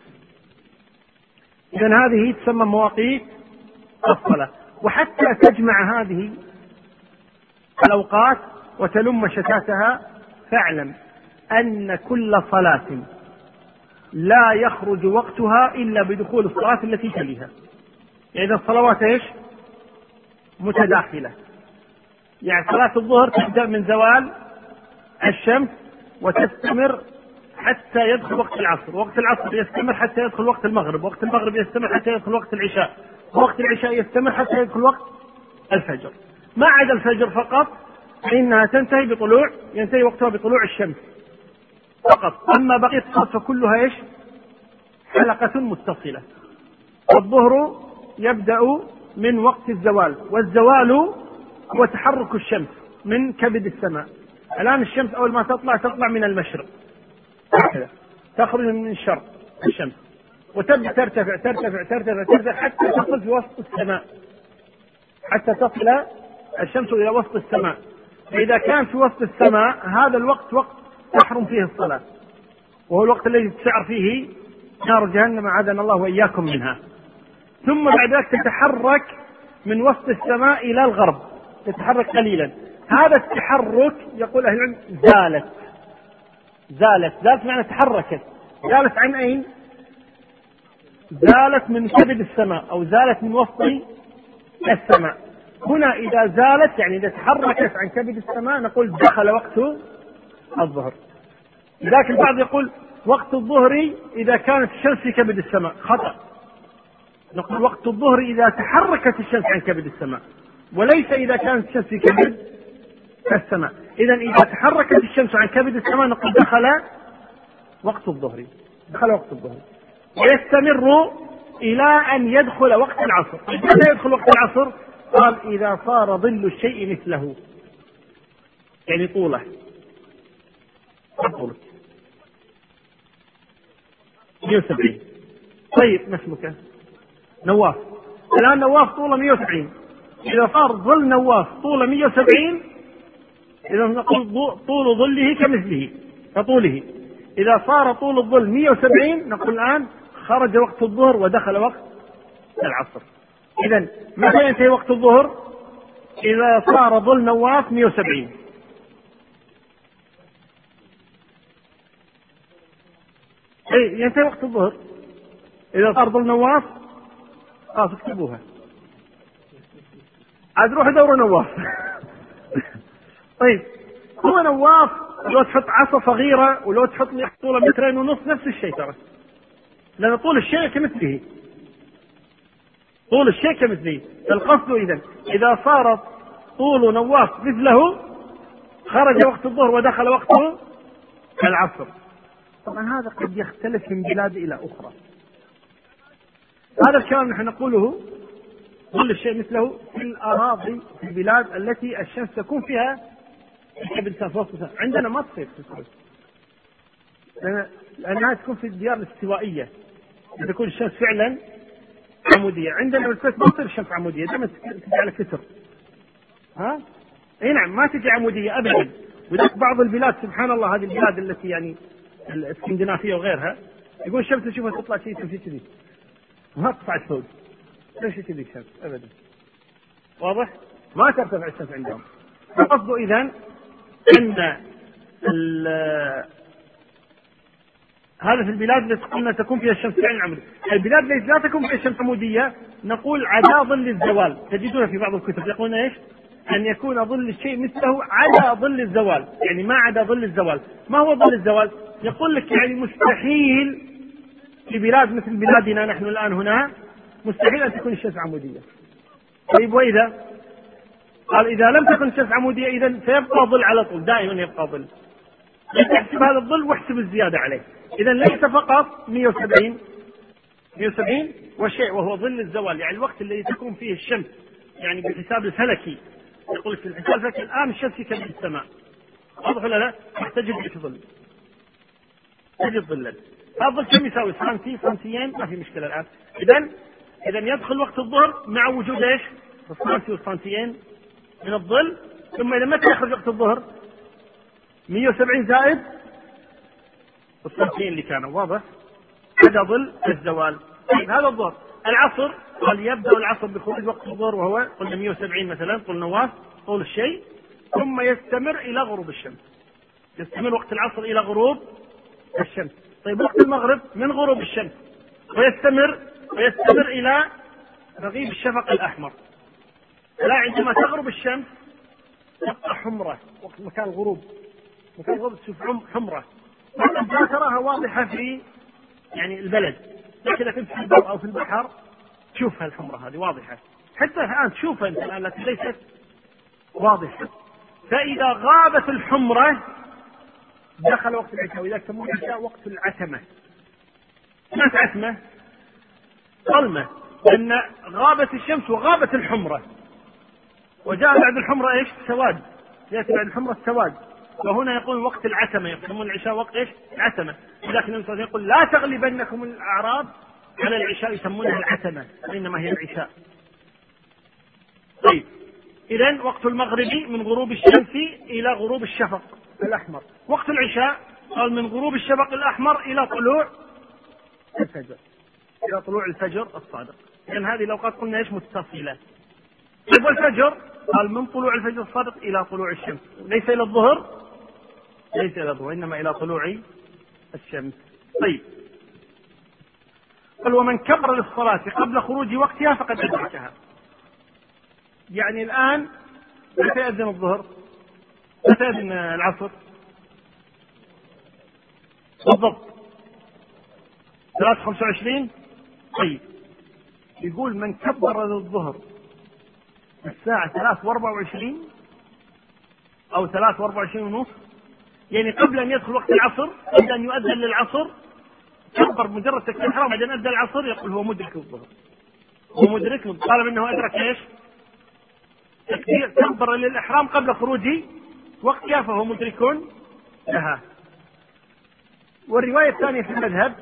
إذن هذه تسمى مواقيت الصلاة. وحتى تجمع هذه الأوقات وتلم شتاتها، فاعلم أن كل صلاة لا يخرج وقتها إلا بدخول الصلاة التي تليها. يعني الصلوات إيش؟ متداخلة. يعني صلاة الظهر تبدأ من زوال الشمس وتستمر حتى يدخل وقت العصر، وقت العصر يستمر حتى يدخل وقت المغرب، وقت المغرب يستمر حتى يدخل وقت العشاء، وقت العشاء يستمر حتى يدخل وقت الفجر. ما عدا الفجر فقط فإنها ينتهي وقتها بطلوع الشمس فقط. أما بقية الصلاة فكلها إيش؟ حلقة متصلة. والظهر يبدأ من وقت الزوال، والزوال هو تحرك الشمس من كبد السماء. الآن الشمس أول ما تطلع من المشرق، تخرج من الشرق الشمس وتبدأ ترتفع ترتفع ترتفع ترتفع حتى تصل في وسط السماء، حتى تصل الشمس إلى وسط السماء. فإذا كان في وسط السماء هذا الوقت وقت تحرم فيه الصلاة، وهو الوقت الذي تسعر فيه نار جهنم أعاذنا الله وإياكم منها. ثم بعد ذلك تتحرك من وسط السماء إلى الغرب، تتحرك قليلا. هذا التحرك يقول أهل العلم زالت معنى تحركت. زالت عن أين؟ زالت من كبد السماء أو زالت من وسط السماء. هنا إذا زالت يعني إذا تحركت عن كبد السماء نقول دخل وقت الظهر. لذلك البعض يقول وقت الظهر إذا كانت الشمس في كبد السماء، خطأ. نقول وقت الظهر إذا تحركت الشمس عن كبد السماء، وليس إذا كانت الشمس في كبد السماء. إذن إذا تحركت الشمس عن كبد السماء نقول دخل وقت الظهر. ويستمر إلى أن يدخل وقت العصر. متى يدخل وقت العصر؟ قال إذا صار ظل الشيء مثله، يعني طوله 170. طيب ما اسمك؟ نواف. الآن نواف طوله 170. إذا صار ظل نواف طوله 170 إذا نقول طول ظله كمثله كطوله. إذا صار طول الظل 170 نقول الآن خرج وقت الظهر ودخل وقت العصر. إذن متى ينتهي وقت الظهر؟ إذا صار ظل نواف 170. ينتهي وقت الظهر إذا صار ظل نواف. اكتبوها عاد روح دور نواف. طيب هو نواف لو تحط عصا صغيرة ولو تحط طوله 2.5 متر نفس الشيء ترى، لأن طول الشيء كمثله. القصد إذا صار طول نواف مثله خرج وقت الظهر ودخل وقته العصر. طبعا هذا قد يختلف من بلاد إلى أخرى. هذا الكلام نحن نقوله ظل الشيء مثله في الأراضي في البلاد التي الشمس تكون فيها عندنا ما تصير في الكويت، لأنها تكون في الديار الاستوائية تكون الشمس فعلا عمودية. عندنا في الكويت ما تصير الشمس عمودية، دائما تجي على كتر. اي نعم ما تجي عمودية أبدا. وذلك بعض البلاد سبحان الله، هذه البلاد التي يعني الاسكندنافية وغيرها، يقول الشمس تشوفها تطلع شيء تمشي كذي ما تصعد فوق، ليش كذي الشمس أبدا. واضح؟ ما ترتفع الشمس عندهم. القصد إذن أن هذا في البلاد التي قلنا تكون فيها الشمس فعلا عمودية. البلاد التي لا تكون فيها الشمس عمودية نقول عدا ظل الزوال. تجدون في بعض الكتب يقولون ايش؟ أن يكون ظل الشيء مثله عدا ظل الزوال، يعني ما عدا ظل الزوال. ما هو ظل الزوال؟ يقول لك يعني مستحيل في بلاد مثل بلادنا نحن الآن هنا مستحيل أن تكون الشمس عمودية. طيب وإذا قال إذا لم تكن الشمس عمودية إذن سيبقى ظل على طول، دائما يبقى ظل. احسب هذا الظل واحسب الزيادة عليه. إذن ليس فقط 170 وشيء، وهو ظل الزوال، يعني الوقت الذي تكون فيه الشمس، يعني بالحساب الفلكي، يقول في الحساب الفلكي الآن الشمس في كبد السماء، واضح ولا لا؟ تجد لك ظل، تجد ظلا. هذا الظل كم يساوي؟ سنتين، ما في مشكلة الآن. إذا يدخل وقت الظهر مع وجود ايش؟ السنتي والسنتين من الظل. ثم إذا متى يخرج وقت الظهر؟ 170 زائد السنتين اللي كانوا، واضح؟ هذا ظل الزوال. هذا الظهر. العصر قال يبدأ العصر بخروج وقت الظهر، وهو قلنا 170 مثلا، طول نواف طول الشيء، ثم يستمر إلى غروب الشمس. يستمر وقت العصر إلى غروب الشمس. طيب وقت المغرب من غروب الشمس ويستمر إلى رغيب الشفق الأحمر. لا، عندما تغرب الشمس تبقى حمرة، وقت مكان الغروب تشوف حمرة، لا تراها واضحة في يعني البلد، لكن إذا كنت في البر أو في البحر تشوفها الحمرة هذه واضحة، حتى الآن تشوفها أنت الآن، لكن ليست واضحة. فإذا غابت الحمرة دخل وقت العشاء، وإذا يسمونه العشاء وقت العتمة. ما عتمة، ظلمة، لأن غابت الشمس وغابت الحمرة، وجاء بعد الحمرة ايش؟ سواد، يأتي بعد الحمرة السواد، وهنا يقول وقت العتمة، يسمون العشاء وقت ايش؟ العتمة. لكن النبي صلى الله عليه وسلم يقول لا تغلبنكم الأعراب على العشاء، يسمونها العتمة، وإنما هي العشاء. طيب، إذن وقت المغرب من غروب الشمس إلى غروب الشفق الأحمر. وقت العشاء قال من غروب الشفق الأحمر إلى طلوع الفجر، إلى طلوع الفجر الصادق. إذن هذه الأوقات قلنا ايش؟ متصلة. طيب والفجر قال من طلوع الفجر الصادق إلى طلوع الشمس، ليس إلى الظهر، إنما إلى طلوع الشمس. طيب، قال ومن كبر للصلاة قبل خروج وقتها فقد أدركها. يعني الآن متى يأذن الظهر؟ متى يأذن العصر؟ بالضبط 3:25. طيب، يقول من كبر للظهر الساعة 3:24 أو 3:24:30، يعني قبل أن يدخل وقت العصر، قبل أن يؤذن للعصر كبر مجرد تكبير الحرام، بعدين أذن العصر، يقول هو مدرك الظهر، هو مدرك، طالما أنه أدرك ايش؟ تكبير، كبر للإحرام قبل خروج وقتها فهو مدرك لها. والرواية الثانية في المذهب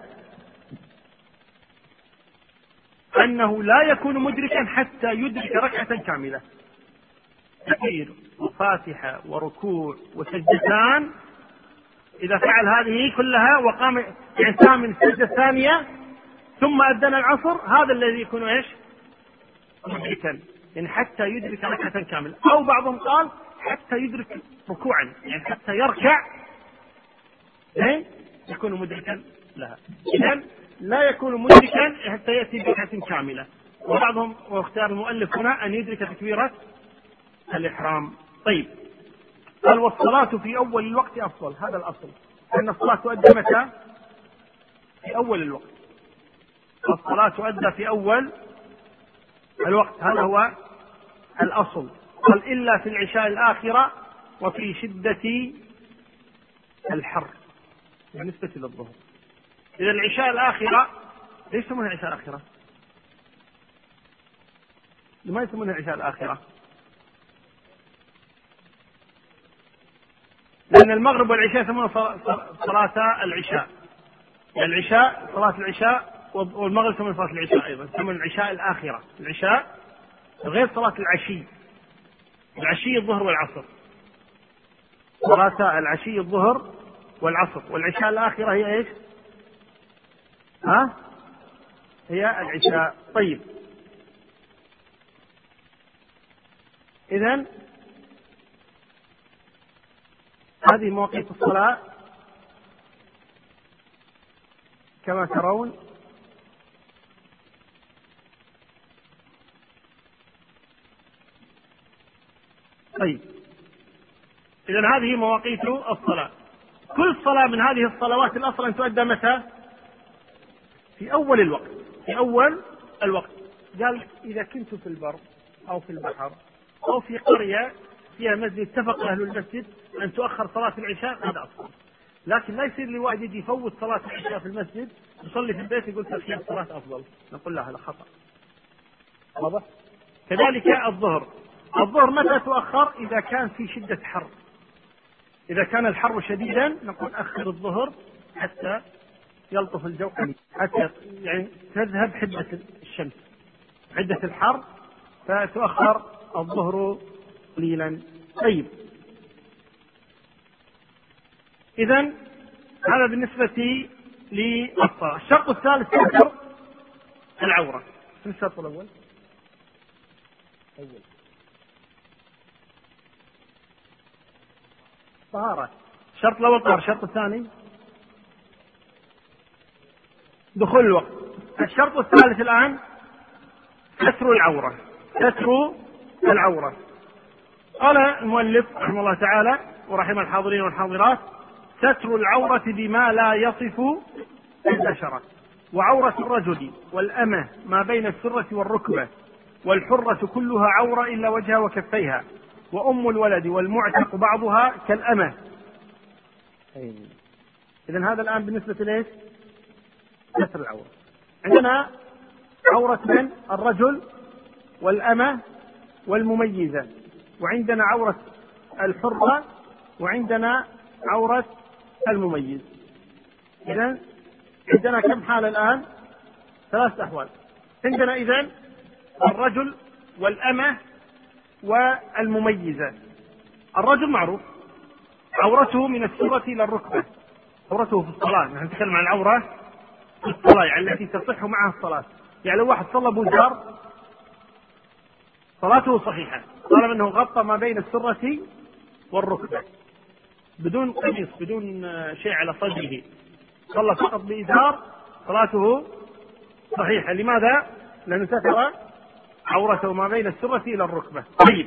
أنه لا يكون مدركا حتى يدرك ركعة كاملة، تكبير وفاتحة وركوع وسجدتان، إذا فعل هذه كلها وقام انتهى من السجدة الثانية ثم أذن العصر، هذا الذي يكون ايش؟ مدركا، يعني حتى يدرك ركعة كاملة. أو بعضهم قال حتى يدرك ركوعا، يعني حتى يركع يكون مدركا لها. إذن لا يكون مدركا حتى يأتي بركعة كاملة. وبعضهم واختار المؤلف هنا أن يدرك تكبيرة الإحرام. طيب، قال والصلاة في أول الوقت أفضل. هذا الأصل، أن الصلاة تؤدى متى؟ في أول الوقت. الصلاة تؤدى في أول الوقت، هذا هو الأصل. قال إلا في العشاء الآخرة وفي شدة الحر بالنسبة للظهر. إذا العشاء الآخرة ليش يسمونها العشاء الآخرة؟ لما يسمونها العشاء الآخرة؟ لأن المغرب والعشاء يسمونها صلاة العشاء، يعني العشاء صلاة العشاء، والمغرب يسمونها صلاة العشاء أيضا، يسمون العشاء الآخرة. العشاء غير صلاة العشي، العشي الظهر والعصر، صلاة العشي الظهر والعصر، والعشاء الآخرة هي ايش؟ هي العشاء. طيب، إذن هذه مواقيت الصلاة كما ترون. طيب، إذن هذه مواقيت الصلاة. كل صلاة من هذه الصلوات الأصل أن تؤدى متى؟ في أول الوقت، في أول الوقت. قال إذا كنت في البر أو في البحر أو في قرية فيها مسجد اتفق أهل المسجد أن تؤخر صلاة العشاء، هذا أفضل. لكن لا يصير لواحد يجي يفوت صلاة العشاء في المسجد يصلي في البيت يقول تأخير الصلاة أفضل، نقول لا هذا خطأ. واضح؟ كذلك الظهر متى تؤخر؟ إذا كان في شدة حر. إذا كان الحر شديدا نقول أخر الظهر حتى يلطف الجو، حتى يعني تذهب حدة الشمس، حدة الحر، فتؤخر الظهر قليلا. طيب، إذن هذا بالنسبة للصلاة. الشرط الثالث ستر العورة. شو الشرط الأول؟ طهارة. الشرط الأول طهارة. الشرط الثاني دخول الوقت. الشرط الثالث الآن ستر العورة. ستر العورة. قال المؤلف رحمه الله تعالى ورحم الحاضرين والحاضرات: ستر العورة بما لا يصف البشرة. وعورة الرجل والأمة ما بين السرة والركبة، والحرة كلها عورة إلا وجهها وكفيها، وأم الولد والمعتق بعضها كالأمة. إذن هذا الآن بالنسبة ليش؟ ستر العورة. عندنا عورة من؟ الرجل والأمة والمميزة، وعندنا عورة الحرة، وعندنا عورة المميز. إذن عندنا كم حالة الآن؟ 3 أحوال. عندنا إذن الرجل والأمة والمميزة. الرجل معروف عورته من السرة إلى الركبة، عورته في الصلاة. نحن نتكلم عن العورة في الصلاة، يعني التي تصح معها الصلاة. يعني لو واحد صلى بوزار صلاته صحيحة طالما أنه غطى ما بين السرة والركبة بدون قميص، بدون شيء على صدره، صلى فقط بإزار، صلاته صحيحة. لماذا؟ لأنه ستر عورته ما بين السرة إلى الركبة. طيب،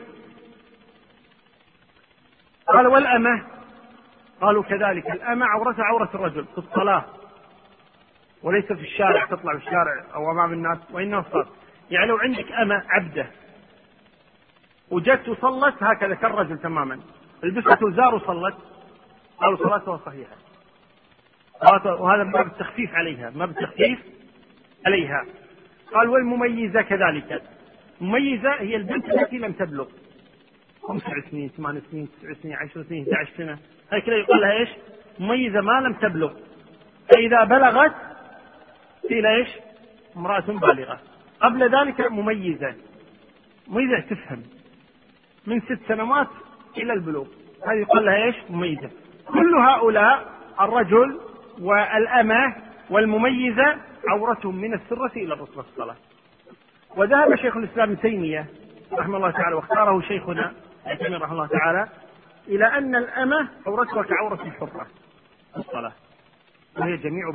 قال والأمة، قالوا كذلك الأمة عورتها عورة الرجل في الصلاة، وليس في الشارع، تطلع في الشارع أو أمام الناس، وإنها الصلاة. يعني لو عندك أمة عبدة وجدت وصلت هكذا كالرجل تماما، لبست وزار وصلت، قالوا صلاتها صحيحة، وهذا باب التخفيف عليها، باب التخفيف عليها. قال والمميزة كذلك. مميزة هي البنت التي لم تبلغ 5 سنين 8 سنين 9 سنين 10 سنين 11 سنة، هاي كذا يقول لها ايش؟ مميزة ما لم تبلغ. فإذا بلغت قيل ايش؟ امرأة بالغة. قبل ذلك مميزة تفهم من 6 سنوات إلى البلوغ، هذه يقول لها ايش؟ مميزة. كل هؤلاء الرجل والأمة والمميزة عورتهم من السرة إلى الركبة في الصلاة. وذهب شيخ الإسلام ابن تيمية رحمه الله تعالى، واختاره شيخنا ابن تيمية رحمه الله تعالى، إلى أن الأمة عورتها كعورة الحرة في الصلاة، وهي جميع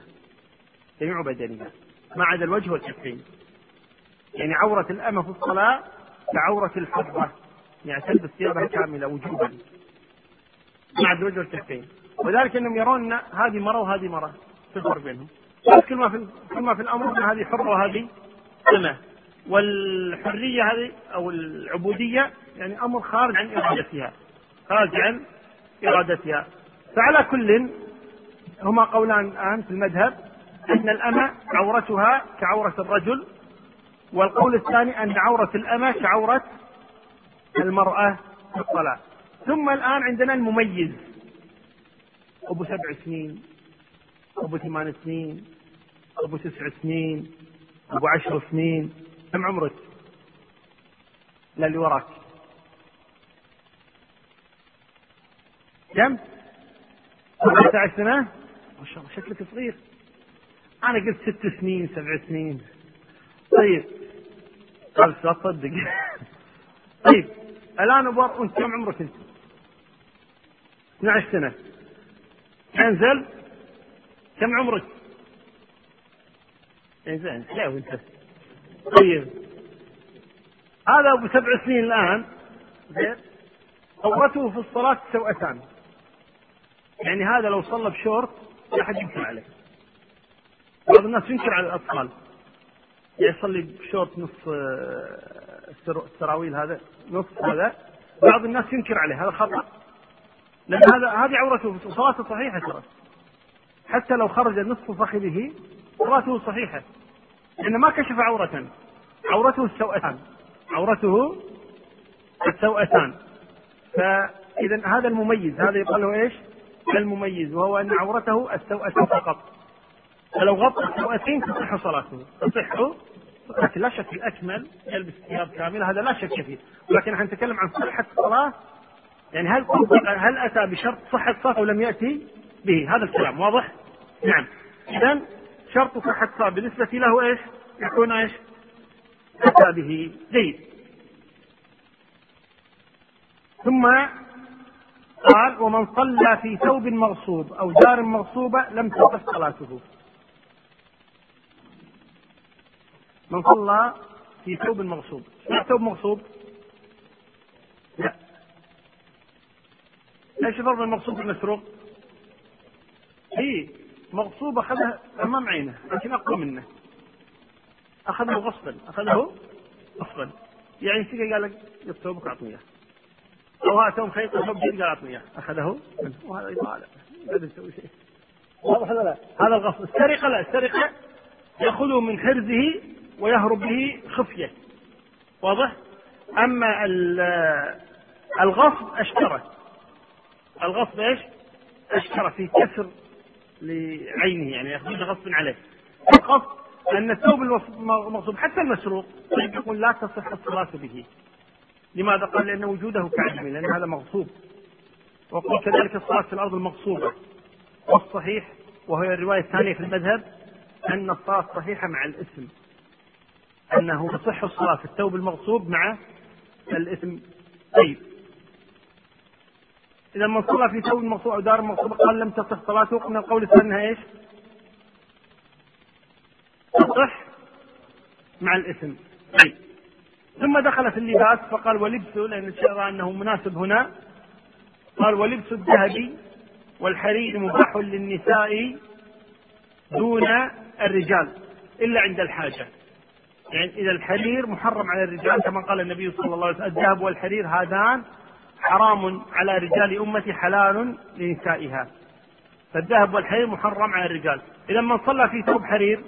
بدنها ما عدا الوجه والكفين. يعني عورة الأمة في الصلاة كعورة الحرة، يعني تلبس ثيابها كاملة وجوبا ما عدا الوجه والكفين. وذلك أنهم يرون هذه مرة وهذه مرة، تفرق بينهم. كل ما في الأمر أن هذه حرة وهذه أمة. والحرية هذه أو العبودية يعني أمر خارج عن إرادتها. فعلى كل هما قولان الآن في المذهب، أن الأمة عورتها كعورة الرجل، والقول الثاني أن عورة الأمة كعورة المرأة في الصلاة. ثم الآن عندنا المميز، أبو 7 سنين، أبو 8 سنين، أبو 9 سنين، أبو 10 سنين. كم عمرك؟ لا اللي وراك كم؟ 14 سنة؟ ما شاء الله شكلك صغير. أنا قلت 6 سنين 7 سنين. طيب قال لا تصدق. طيب الآن أبغى أنت كم عمرك أنت؟ 12 سنة. انزل كم عمرك؟ انزل لا وانت. طيب هذا أبو 7 سنين الآن عورته في الصلاة سوأتان، يعني هذا لو صلى بشورت لا أحد ينكر عليه. بعض الناس ينكر على الأطفال، يعني يصلي بشورت نص السراويل هذا نصف هذا، بعض الناس ينكر عليه، هذا خطأ، لأن هذه عورته صلاته صحيحة ترى، حتى لو خرج نصف فخذه صلاته صحيحة، لأن ما كشف عورته السوأتان، عورته السوأتان. فإذا هذا المميز، هذا يقال له إيش؟ المميز، وهو أن عورته السوأتان فقط. فلو غطى السوأتين تصح صلاته، لكن لا شك الأكمل يلبس ثياب كاملة، هذا لا شك فيه، ولكن نحن نتكلم عن صحة الصلاة، يعني هل أتى بشرط صحة الصلاة أو لم يأتي به؟ هذا الكلام واضح؟ نعم. إذن شرط صحة الصلاة بالنسبة له إيش؟ يكون إيش؟ أتى به. جيد. ثم قال: ومن صلى في ثوب مغصوب أو دار مغصوبة لم تصح صلاته. من صلى في ثوب مغصوب، ما ثوب مغصوب؟ لا. ايش الفرق بين المغصوب والمسروق؟ اي مغصوب اخذه امام عينه لكن اقوى منه، اخذه غصبا، يعني سيقى قال لك ثوبك اعطني، او هات ثوب خيط ثوب جديد قال اعطني، اخذه وهذا يطالع لا يسوي شيء. واضح ولا لا؟ هذا الغصب. السرقه لا، السرقه ياخذه من حرزه ويهرب به خفيه، واضح؟ اما الغصب اشكره، الغصب ايش؟ اشكره في كسر لعينه، يعني ياخذونه غصبا عليه. القصد ان الثوب المغصوب حتى المسروق يقول لا تصح الصلاه به. لماذا؟ قال لان وجوده كعدم، لان هذا مغصوب. وقل كذلك الصلاه في الارض المغصوبه. والصحيح وهي الروايه الثانيه في المذهب ان الصلاه صحيحه مع الاثم، انه تصح الصلاه في الثوب المغصوب مع الاثم. طيب، إذا من صلى في ثوب مغصوب أو دار مغصوبة قال لم تصح صلاته، من القول الثاني إيش؟ تصح مع الإثم. طيب، ثم دخل في اللباس فقال: ولبسه، لأن الشرع أنه مناسب هنا، قال: ولبس الذهب والحرير مباح للنساء دون الرجال إلا عند الحاجة. يعني إذا الحرير محرم على الرجال كما قال النبي صلى الله عليه وسلم: الذهب والحرير هذان حرام على رجال أمتي حلال لنسائها. فالذهب والحرير محرم على الرجال. إذا من صلى في ثوب حرير،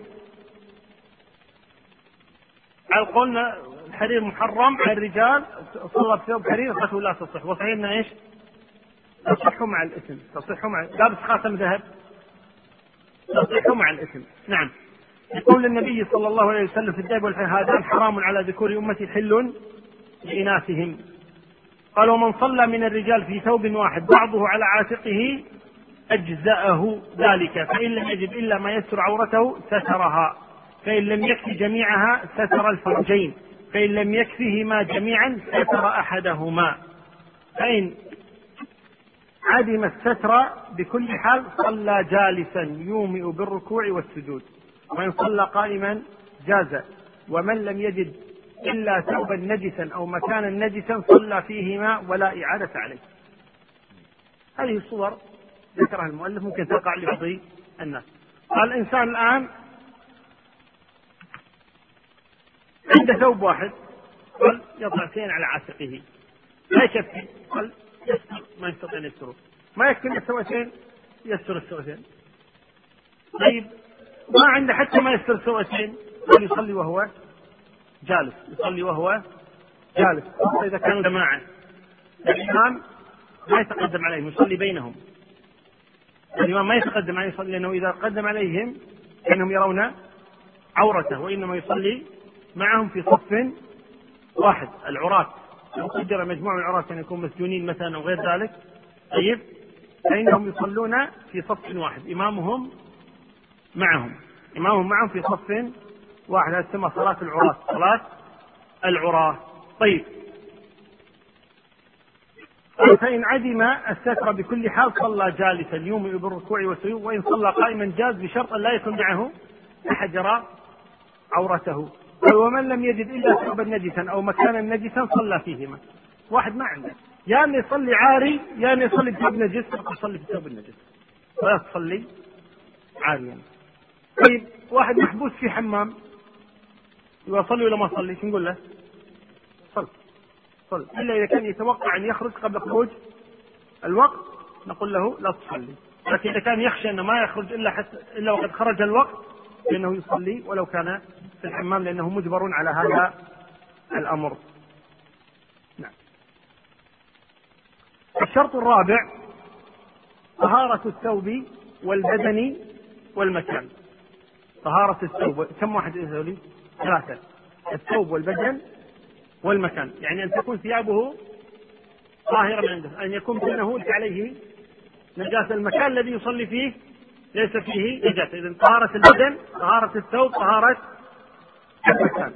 على قولنا الحرير محرم على الرجال، صلى في ثوب حرير صلاته لا تصح. وصحيحنا ايش؟ تصح مع الإثم، تصح مع لابس خاتم ذهب تصح مع الإثم. نعم. يقول النبي صلى الله عليه وسلم: في الذهب والحرير هذان حرام على ذكور أمتي حل لإناثهم. قال: ومن صلى من الرجال في ثوب واحد بعضه على عاتقه أجزأه ذلك، فإن لم يجد إلا ما يستر عورته سترها، فإن لم يكفي جميعها ستر الفرجين، فإن لم يكفيهما جميعا ستر أحدهما، فإن عدم الستر بكل حال صلى جالسا يومئ بالركوع والسجود، وإن صلى قائما جاز، ومن لم يجد إلا ثوبا نجسا أو مكانا نجسا صلى فيهما ولا إعادة عليه. هذه الصور ذكرها المؤلف ممكن تقع لبعض الناس. قال: الإنسان الآن عنده ثوب واحد، قال يضع اثنين على عاتقه، لا يكفي، قال يستر ما يستطيع أن يستره، ما يكفي السوأتين يستر السوأتين. طيب، ما عنده حتى ما يستر السوأتين، قال يصلي وهو جالس، يصلي وهو جالس. إذا كانوا جماعة الإمام ما يتقدم عليهم، يصلي بينهم. الإمام ما يتقدم عليه يصلي، لأنه إذا قدم عليهم فإنهم يرون عورته، وإنما يصلي معهم في صف واحد. العراة لو قدر مجموعة من العراة أن يكون مسجونين مثلا أو غير ذلك، طيب، فإنهم يصلون في صف واحد، إمامهم معهم في صف واحد. هذا تسمى صلاة العراة، صلاة العراة. طيب، فإن عدم الستر بكل حال صلى جالسا يومئ بالركوع والسجود، وإن صلى قائما جاز بشرط أن لا يكون معه أحد يرى عورته. ومن لم يجد إلا ثوبا نجسا أو مكانا نجسا صلى فيهما. واحد ما عنده، يا أن يصلي عاري يا أن يصلي بثوب نجس، يصلي في ثوب النجس ولا تصلي عاريا. طيب، واحد محبوس في حمام، يصلي ولا ما يصلي؟ شو نقول له؟ صل، إلا إذا كان يتوقع أن يخرج قبل خروج الوقت نقول له لا تصلي. لكن إذا كان يخشى أنه ما يخرج إلا وقد خرج الوقت فإنه يصلي ولو كان في الحمام، لأنه مجبر على هذا الأمر. نعم. الشرط الرابع طهارة الثوب والبدن والمكان. طهارة الثوب، كم واحد يقول؟ 3. الثوب والبدن والمكان، يعني أن تكون ثيابه طاهرة من عنده، أن يكون ليس عليه نجاسة، المكان الذي يصلي فيه ليس فيه نجاسة. إذن طهارة البدن، طهارة الثوب، طهارة المكان.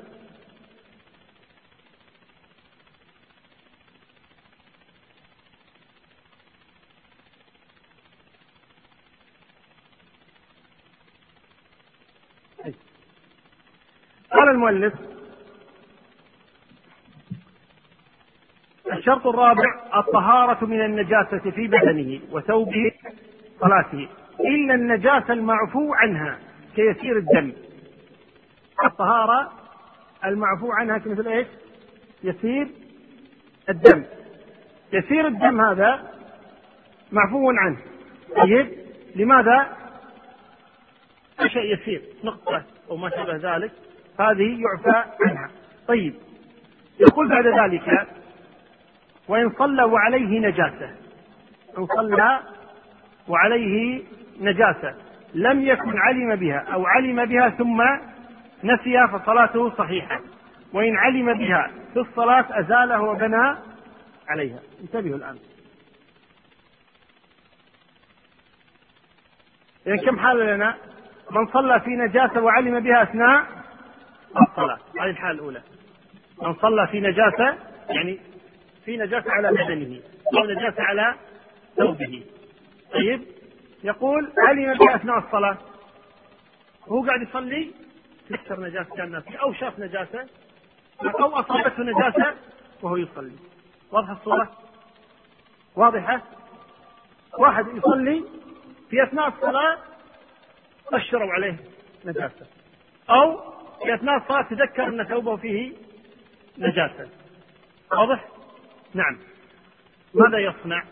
قال المؤلف: الشرط الرابع الطهارة من النجاسة في بدنه وثوبه صلاته إلا النجاسة المعفو عنها كيسير الدم. الطهارة المعفو عنها كمثل ايش؟ يسير الدم. يسير الدم هذا معفو عنه. طيب لماذا؟ شيء يسير، نقطة أو ما شابه ذلك، هذه يعفى عنها. طيب يقول بعد ذلك: وإن صلى وعليه نجاسة، إن صلى وعليه نجاسة لم يكن علم بها أو علم بها ثم نسيها فصلاته صحيحة، وإن علم بها في الصلاة أزالها وبنى عليها. انتبهوا الآن، إذن كم حالة لنا؟ من صلى في نجاسة وعلم بها أثناء الصلاة، هذه الحالة الأولى. من صلى في نجاسة، يعني في نجاسة على بدنه أو نجاسة على ثوبه. طيب يقول علم بها أثناء الصلاة، هو قاعد يصلي تكسر نجاسة كان فيه أو شاف نجاسة أو أصابته نجاسة وهو يصلي. واضحة الصورة؟ واضحة؟ واحد يصلي في أثناء الصلاة أشروا عليه نجاسة، أو في أثناء الصلاة تذكر أن ثوبه فيه نجاسة. واضح؟ نعم. ماذا يصنع؟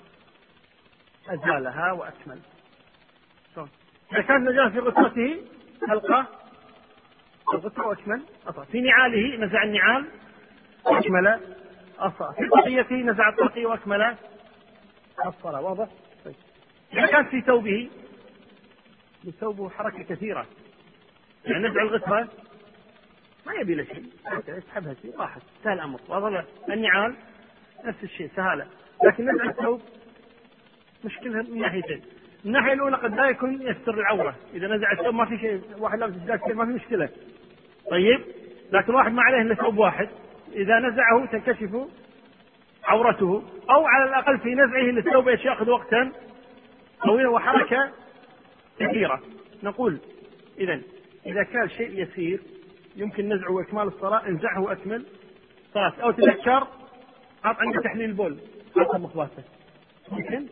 أزالها وأكمل. إذا كانت نجاسة في غترته ألقى الغترة وأكمل أصلا. في نعاله نزع النعال وأكمل الصلاة. في طاقيته نزع الطاقية وأكمل الصلاة. واضح؟ طيب. إذا كان في ثوبه، بثوبه حركة كثيرة، يعني نزع الغترة ما يبي له شيء، يسحبها شيء راحت، سهل الأمر. واضح؟ النعال نفس الشيء سهالة، لكن نزع الثوب مشكلة من ناحيتين. الناحية الأولى قد لا يكون يستر العورة، إذا نزع الثوب ما في شيء، واحد لابس إزداد كثير ما في مشكلة. طيب لكن واحد ما عليه إلا ثوب واحد، إذا نزعه تنكشف عورته، أو على الأقل في نزعه للثوب يأخذ وقتا طويلا وحركة كثيرة. نقول إذا كان شيء يسير يمكن نزعه وإكمال الصلاة، انزعه وأكمل صلاة. أو تذكر حط عنده تحليل البول، حط مخباته، ممكن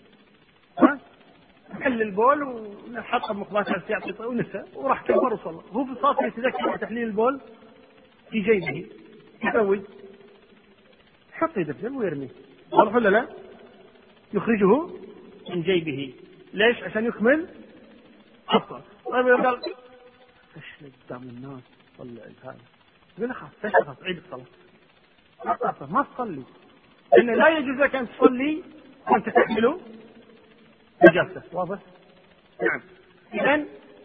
حل البول ونحط مخباته يعطي ونسى وراح كبر وصلى. هو في الصلاة يتذكر تحليل البول في جيبه، يسوي يحط يده في جيبه ويرميه. واضح ولا لا؟ يخرجه من جيبه. ليش؟ عشان يكمل الصلاة. طيب قال ايش قدام الناس صلى هذا، يقول له خلاص عيد الصلاة، ما تصلي، لأن لا يجوز لك أن تصلي وأنت تحمل نجاسة. واضح؟ نعم. إذن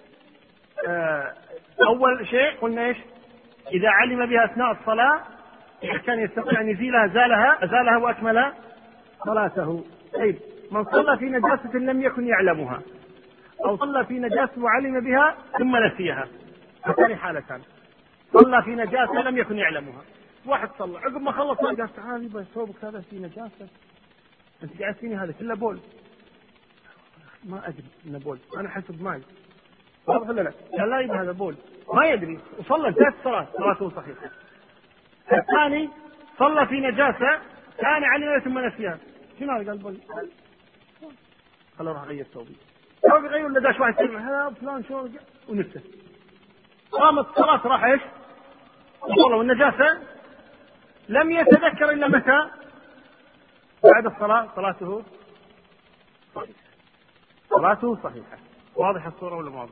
أول شيء قلنا إيش؟ إذا علم بها أثناء الصلاة، إذا كان يستطيع أن يزيلها أزالها وأكمل صلاته. طيب من صلى في نجاسة لم يكن يعلمها، أو صلى في نجاسة وعلم بها ثم نسيها، هاتان حالتان. صلى في نجاسة لم يكن يعلمها، واحد صلى عقب ما خلص قال تعال يبغى ثوبك هذا في نجاسة، أنت قاعد فيني هذا كله بول، ما أدري إنه بول، أنا حسب ماي. واضح ولا لا؟ قال لا يبغى هذا بول، ما يدري، وصلى انتهت الصلاة، صلاته صحيحة. الثاني صلى في نجاسة كان علم ثم نسيها، شنو هذا؟ قال بول، خلوا راح أغير ثوبي، ثوب يغير ولا داش واحد يسلم هذا فلان شو ونسى، قامت الصلاة راح ايش؟ والله والنجاسة لم يتذكر إلا متى؟ بعد الصلاة، صلاته صحيحة، صلاته صحيحة. واضح الصورة ولا واضح؟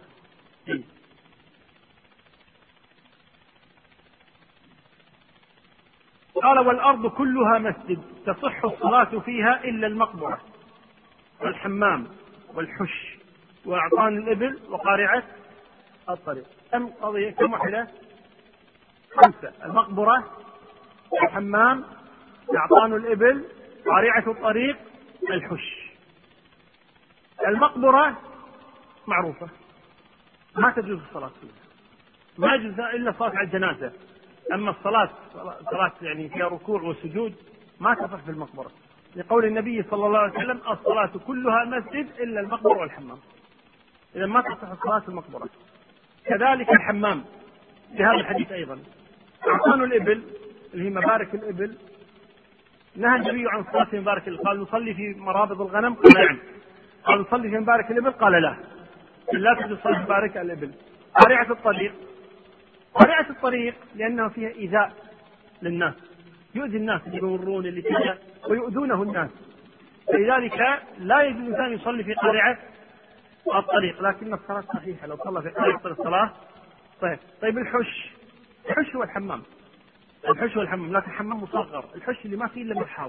قال والأرض كلها مسجد تصح الصلاة فيها إلا المقبرة والحمام والحش وأعطان الإبل وقارعة الطريق. كم قضية؟ كم واحدة؟ 5. المقبرة، الحمام، أعطان الإبل، قارعة الطريق، الحش. المقبرة معروفة ما تجوز الصلاة فيها، ما يجوز إلا الصلاة على الجنازة. أما الصلاة يعني فيها ركوع وسجود ما تصح في المقبرة، لقول النبي صلى الله عليه وسلم الصلاة كلها مسجد إلا المقبرة والحمام. إذا ما تصح الصلاة في المقبرة. كذلك الحمام في هذا الحديث أيضا. أعطان الإبل اللي هي مبارك الإبل، نهى النبي عن صلاة في مبارك الإبل، قال نصلي في مرابض الغنم، قال نعم. قال نصلي في مبارك الإبل، قال لا تجوز صلاة مبارك الإبل. قارعة الطريق، قارعة الطريق لأنه فيها إيذاء للناس، يؤذي الناس اللي يمرون اللي كذا ويؤذونه الناس، لذلك لا يجوز الإنسان يصلي في قارعة الطريق. لكن الصلاة صحيحة لو صلى في قارعة الصلاة صحيح. طيب الحش هو الحمام، الحش هو الحمام، لكن الحمام مصغر، الحش اللي ما فيه إلا مرحاض.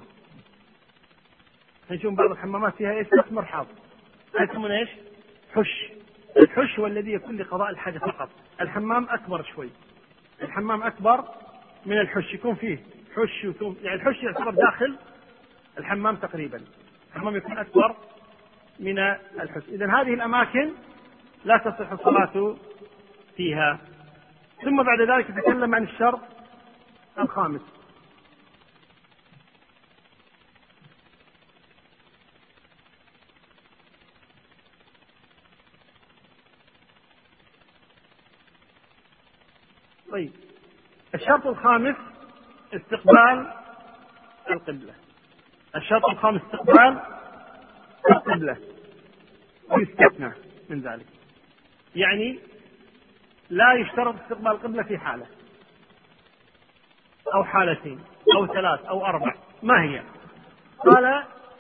نشوف بعض الحمامات فيها ايش؟ بس مرحاض، يسمونه ايش؟ حش. الحش هو الذي يكون لقضاء الحاجة فقط. الحمام أكبر شوي، الحمام أكبر من الحش، يكون فيه حش يعني الحش يعتبر داخل الحمام تقريبا، الحمام يكون أكبر من الحش. إذن هذه الأماكن لا تصح الصلاة فيها. ثم بعد ذلك تكلم عن الشرط الخامس. طيب الشرط الخامس استقبال القبلة. الشرط الخامس استقبال القبلة، ويستثنى من ذلك، يعني لا يشترط استقبال القبلة في حالة أو حالتين أو 3 أو 4. ما هي؟ قال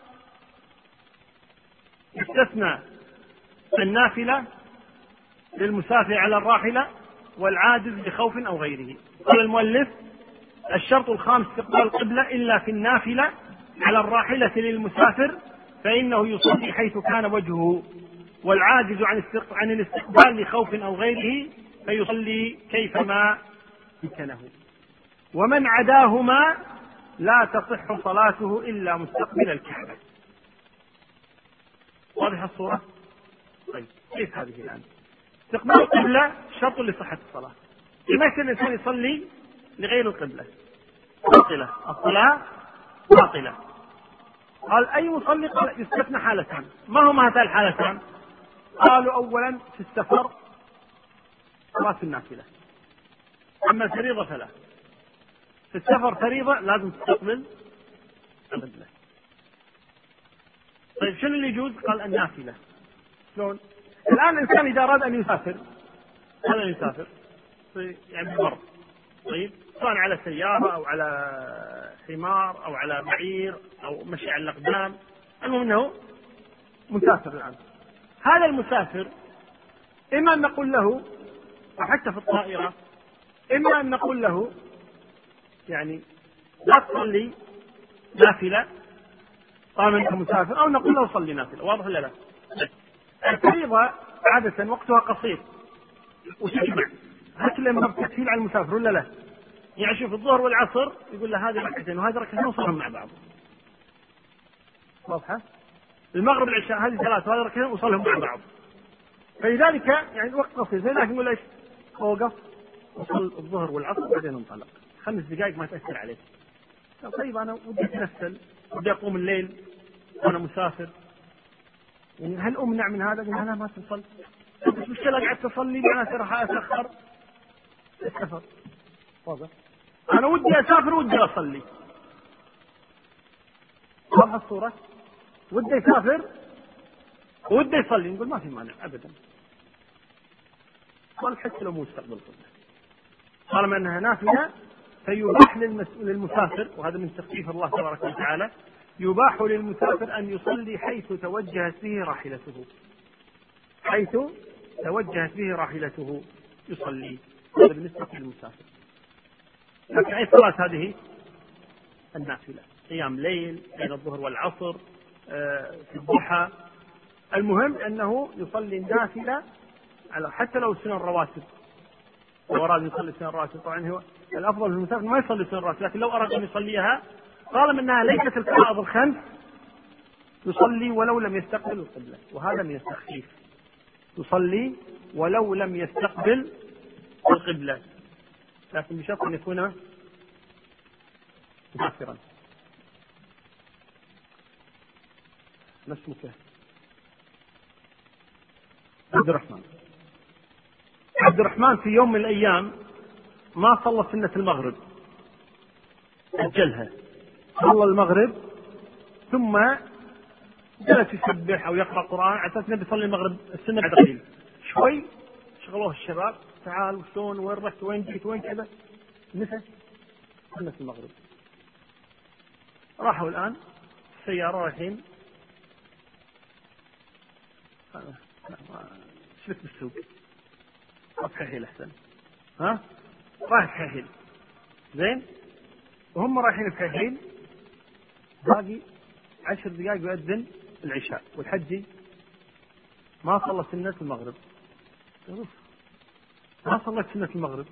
يستثنى النافلة للمسافر على الراحلة والعاجز بخوف أو غيره. قال المؤلف الشرط الخامس استقبال القبلة إلا في النافلة على الراحلة للمسافر فإنه يصلي حيث كان وجهه، والعاجز عن الاستقبال لخوف أو غيره فيصلي كيفما امكنه، ومن عداهما لا تصح صلاته إلا مستقبل الكعبة. واضح الصورة؟ طيب كيف هذه الآن؟ استقبال القبلة شرط لصحة الصلاة. يمكن الإنسان يصلي لغير القبلة باطلة، الصلاة باطلة. قال أي مصلي؟ قال يستثنى حالتان. ما هما هاتان الحالتان؟ قالوا أولا في السفر صلاة النافلة، أما الفريضة فلا. في السفر فريضة لازم تستقبل القبلة. طيب شنو اللي يجوز؟ قال النافلة. شلون؟ الآن الإنسان إذا أراد أن يسافر، هذا يسافر يعني بمر، طيب سواء على سيارة أو على حمار أو على بعير أو مشي على الأقدام، المهم أنه مسافر. الآن هذا المسافر إما أن نقول له، وحتى في الطائرة إما أن نقول له يعني لا تصلي نافلة طالما أنت مسافر، أو نقول له صلي نافلة. واضح ولا لا؟ الفريضة عادة وقتها قصير وتجمع، هات لما بتكفيل على المسافر ولا لا؟ يعني شوف الظهر والعصر يقول له هذه ركعتين وهذه ركعتين وصلهم مع بعض. واضحة؟ المغرب العشاء هذه 3 وهذه ركعتين وصلهم مع بعض. فلذلك يعني الوقت قصير، زي لكن يقول ايش؟ اوقف وصل الظهر والعصر بعدين انطلق، 5 دقائق ما تأثر عليك. طيب أنا ودي أتنفل، ودي أقوم الليل وأنا مسافر، يعني هل أمنع من هذا؟ أنا ما تصل، بس مشكلة قاعد تصلي معناته راح أتأخر السفر. واضح؟ أنا ودي أسافر ودي أصلي. واضح الصورة؟ ودي أسافر ودي يصلي، نقول ما في مانع أبدا، ولا حتى لو مستقبل قبله طالما أنها نافلة فيباح للمسافر، وهذا من تخفيف الله تبارك وتعالى، يباح للمسافر أن يصلي حيث توجهت به راحلته، حيث توجهت به راحلته يصلي. هذا بالنسبة للمسافر. لكن أي صلاة هذه النافلة، قيام ليل بين الظهر والعصر، في الضحى، المهم أنه يصلي النافلة حتى لو سنن الرواتب. لو أراد يصلي سنن الرواتب، طبعا هو الأفضل للمسافر ما يصلي سنن الرواتب، لكن لو أراد أن يصليها طالما أنها ليست الفرائض الخمس يصلي ولو لم يستقبل القبلة، وهذا من التخفيف، يصلي ولو لم يستقبل القبلة، لكن بشرط أن يكون مسافرا. ما اسمك؟ عبد الرحمن. عبد الرحمن في يوم من الأيام ما صلى سنة المغرب، أجلها، صلى المغرب ثم جلس يسبح أو يقرأ قرآن على أساس أنه بيصلي المغرب السنة بعد قليل. شوي شغلوه الشباب، تعال وشلون وين رحت وين جيت وين كذا، نسى سنة المغرب. راحوا الآن السيارة رايحين شلت بالسوق، أصحيحي الأحسن، ها رايح حيحيل زين، وهم رايحين بحيحيل باقي 10 دقائق يؤذن العشاء، والحجي ما صلى سنة المغرب. ما صلت سنة المغرب.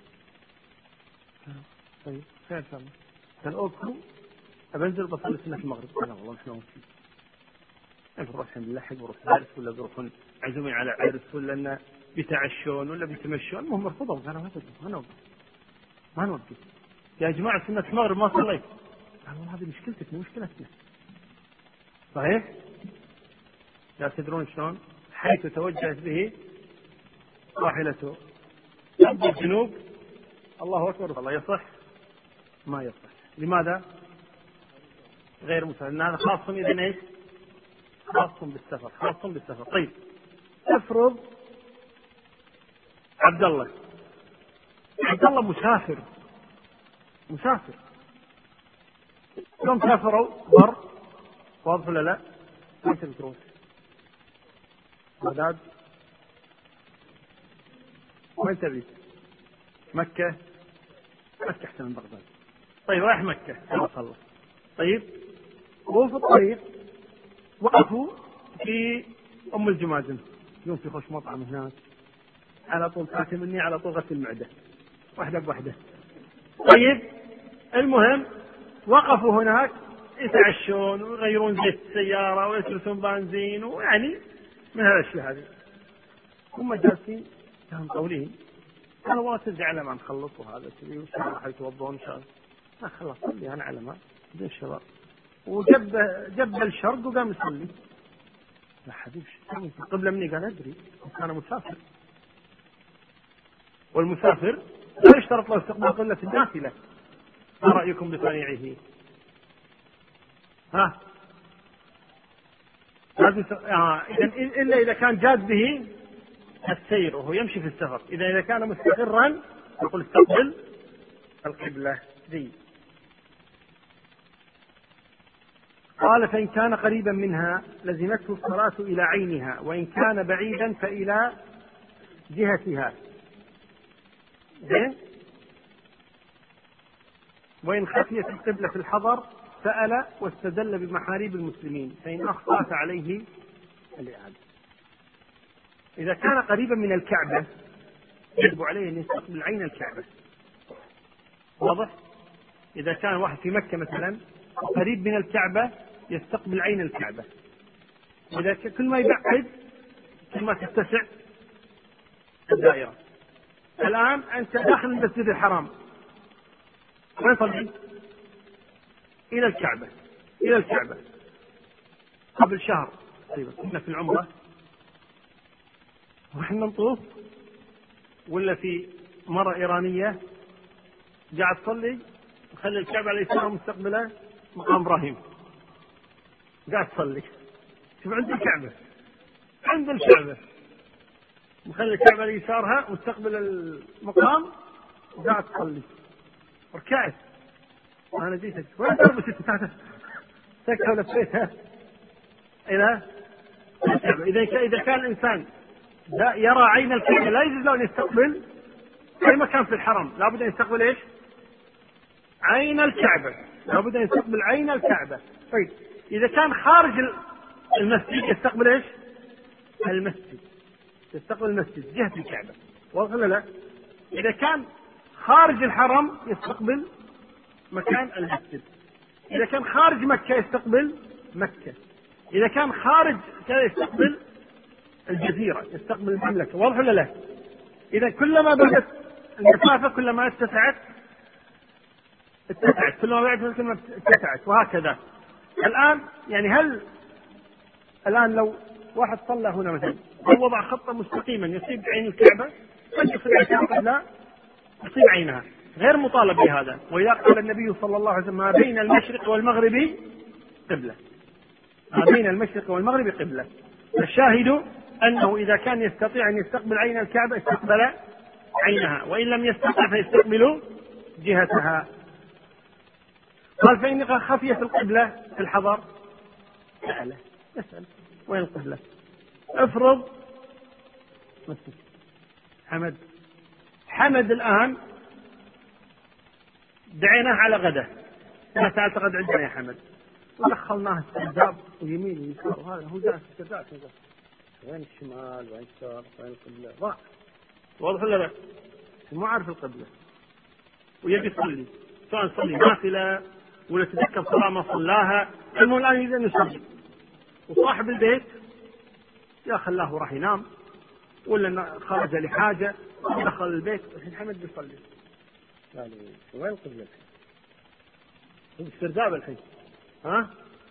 طيب خير ان شاء الله. قال اوكي ابنزل بصلي سنة المغرب. قال والله احنا ممكن نروح نلحق ونروح دارس ولا بيروحون عزومين على عرس ولا لنا بيتعشون ولا بيتمشون. المهم رفضوا، قالوا ما نوقف يا جماعة سنة المغرب ما صليت. قال والله هذه مشكلتك مو مشكلتنا. صحيح؟ لا تدرون شلون؟ حيث توجهت به راحلته يبدو الجنوب. الله أكبر. الله يصح؟ ما يصح. لماذا؟ غير مسافر، لأن هذا خاص إذن إيش؟ خاص بالسفر، خاص بالسفر. طيب افرض عبد الله مسافر يوم سافروا بر، واضح ولا لا؟ وين تبي تروح؟ بغداد؟ وين تبي؟ مكة أحسن من بغداد. طيب رايح مكة كما خلص. طيب وفي الطريق وقفوا في أم الجماجم، يوم في خوش مطعم هناك، على طول تاكل مني على طول غسل المعدة واحدة بواحدة. طيب المهم وقفوا هناك يتعشون ويغيرون زيت السيارة ويسلسون بنزين، ويعني من هالأشياء هذه. هم جالسين كانوا طولين، قالوا والله ترجع على ما نخلص وهذا كذي وإن شاء الله حيتوضون إن شاء الله. خلاص صلي أنا على ما زين الشباب، وجب الشرق وقام يصلي. لا حبيبي قبل مني، قال أدري أنا مسافر، والمسافر لا يشترط له استقبال قلة النافلة. ما رأيكم بصنيعه؟ ها إلا إذا كان جاد به السير وهو يمشي في السفر. إذا كان مستقرا يقول استقبل القبلة دي. قال فإن كان قريبا منها لزمته الصلاة إلى عينها، وإن كان بعيدا فإلى جهتها. زين. وإن خفيت القبلة في الحضر سأل واستدل بمحاريب المسلمين، فإن أخطأت عليه الإعادة. إذا كان قريبا من الكعبة يجب عليه أن يستقبل عين الكعبة. واضح؟ إذا كان واحد في مكة مثلا قريب من الكعبة يستقبل عين الكعبة. إذا كل ما يبعد كل ما تتسع الدائرة. الآن أنت داخل المسجد الحرام، وين صلي؟ إلى الكعبة قبل شهر تقريبا كنا في العمرة ونحن نطوف، ولا في مرة إيرانية قاعد تصلي وخلي الكعبة على يسارها مستقبلة مقام إبراهيم، قاعد تصلي شوف عند الكعبة مخلي الكعبة على يسارها مستقبل المقام وقاعد تصلي. ركعت أنا جيتك وين تربط سكة ولفيتها إلى الكعبة. إذا كان الإنسان يرى عين الكعبة لا يجوز له أن يستقبل أي مكان في الحرم، لابد أن يستقبل إيش؟ عين الكعبة، لابد أن يستقبل عين الكعبة. طيب إذا كان خارج المسجد يستقبل إيش؟ المسجد، يستقبل المسجد جهة الكعبة، واضح ولا لا؟ إذا كان خارج الحرم يستقبل مكان المسجد، إذا كان خارج مكة يستقبل مكة، إذا كان خارج كذا يستقبل الجزيرة، يستقبل المملكة، واضح ولا لا؟ إذا كلما بدت المسافة كلما اتسعت، كلما بعدت كلما اتسعت، وهكذا. الآن يعني الآن لو واحد صلى هنا مثلا ووضع خطا مستقيما يصيب عين الكعبة، قد يصيب عين لا يصيب عينها، غير مطالب بهذا. وإذا قال النبي صلى الله عليه وسلم ما بين المشرق والمغرب قبلة، ما بين المشرق والمغرب قبلة. الشاهد أنه إذا كان يستطيع أن يستقبل عين الكعبة استقبل عينها، وإن لم يستطع فيستقبل جهتها. قال فإن خفيت القبلة في الحضر اسأل وين القبلة؟ افرض حمد الآن دعيناه على غدا، ما تعال تغد عندنا يا حمد، ودخلناه السرداب ويمين ويسار، وهذا هو جالس السرداب وين الشمال وين اليسار وين القبلة، ضاع. واضح ولا لا؟ مو عارف القبلة ويبي يصلي، سواء صلي نافلة ولا تذكر صلاة ما صلاها، المهم الآن يريد أن يصلي، وصاحب البيت يا خلاه راح ينام ولا خرج لحاجة ودخل البيت، الحين حمد بيصلي، قال وين القبلة؟ هو السرداب الحين، ها؟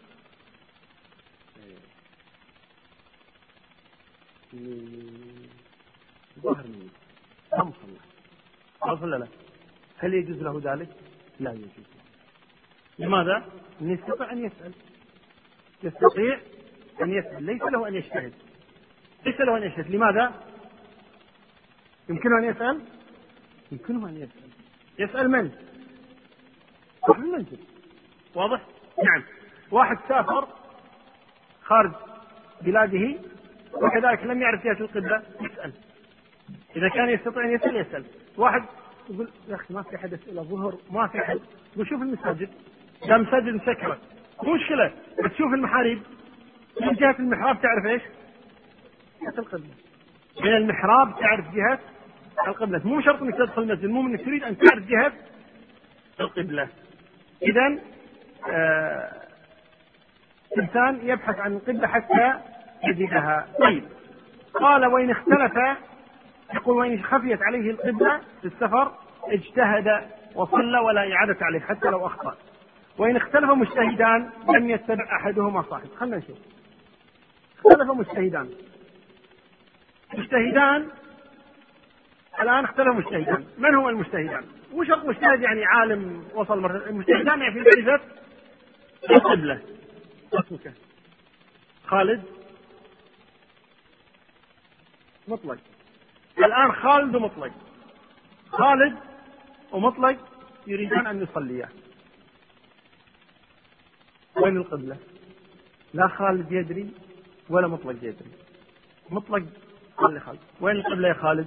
ظهر مني كم صلى ولا لا؟ هل يجوز له ذلك؟ لا يجوز. لماذا؟ أن يستطيع أن يسأل، يستطيع أن يسأل، ليس له أن يجتهد، ليس له أن يجتهد. لماذا؟ يمكنه أن يسأل، يمكنه أن يسأل. يسأل من؟ صاحب المنزل، واضح؟ نعم. واحد سافر خارج بلاده وكذلك لم يعرف جهة القبلة يسأل، إذا كان يستطيع أن يسأل يسأل. واحد يقول يا أخي ما في أحد إلى الظهر، ما في أحد، يقول شوف المساجد، ده مساجد مسكرة، مو مشكلة، بتشوف المحاريب من جهة المحراب تعرف إيش؟ جهة القبلة، من المحراب تعرف جهة القبلة، مو شرط أنك تدخل المسجد، مو أنك تريد أن تعرف جهة القبلة. إذن إنسان يبحث عن القبلة حتى يجدها. طيب قال وإن اختلف، يقول وإن خفيت عليه القبلة في السفر اجتهد وصلى ولا إعادة عليه حتى لو أخطأ. وإن اختلف مجتهدان لم يتبع أحدهما صاحب. خلنا نشوف. اختلف مجتهدان الآن اختلف مجتهدان. من هو المجتهدان؟ مو شرط مجتهد يعني عالم وصل مرة، المجتهدان يعني في معرفة القبلة. اسمك خالد مطلق. الآن خالد ومطلق، خالد ومطلق يريدان أن يصليا. وين القبلة؟ لا خالد يدري ولا مطلق يدري. مطلق قال لخالد وين القبلة يا خالد؟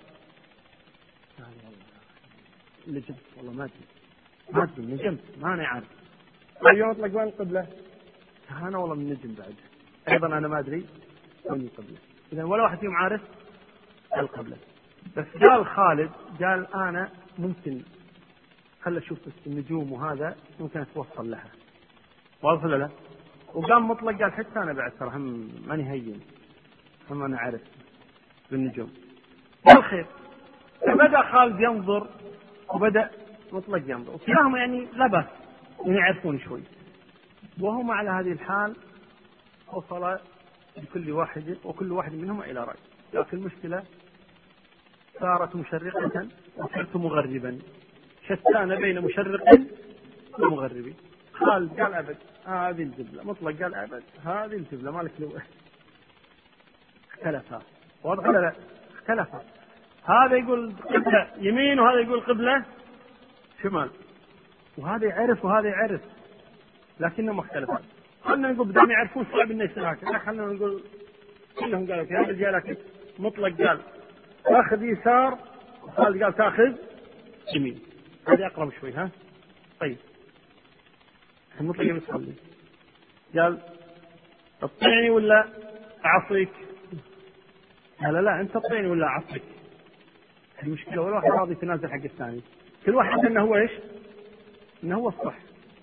نجمت والله ما أدري نجمت ما أنا عارف. طيب مطلق وين القبلة؟ أنا والله من نجم بعد أيضا أنا ما أدري وين القبلة. إذا ولا واحد فيهم عارف القبلة. بس قال خالد قال أنا ممكن خل أشوف النجوم وهذا ممكن أتوصل لها. واضح ولا لا؟ وقام مطلق قال حتى أنا بعد ترى هم ماني هين، هم أنا عارف بالنجوم. قال خير. فبدأ خالد ينظر وبدأ مطلق ينظر، وكلاهما يعني لا بأس يعني يعرفون شوي. وهم على هذه الحال وصل لكل واحد وكل واحد منهما إلى رأي. لكن المشكلة صارت مشرقة وصرت مغربا، شتان بين مشرق ومغربي. خالد قال أبد هذه الجبلة، مطلق قال أبد هذه الجبلة، مالك لو اختلفا. واضح ولا لا؟ اختلفا، هذا يقول قبلة يمين وهذا يقول قبلة شمال، وهذا يعرف وهذا يعرف لكنه مختلفات. خلنا نقول بدهم يعرفون صعب انه يصير هكذا، خلنا نقول كلهم قالوا هذا الرجال لكن مطلق قال تاخذ يسار وخالد قال تاخذ يمين، هذا اقرب شوي. ها طيب المطلق يصلي قال تطيعني ولا اعصيك؟ قال لا انت تطيعني ولا اعصيك. المشكله ولا واحد راضي يتنازل حق الثاني، كل واحد انه هو ايش؟ انه هو الصح.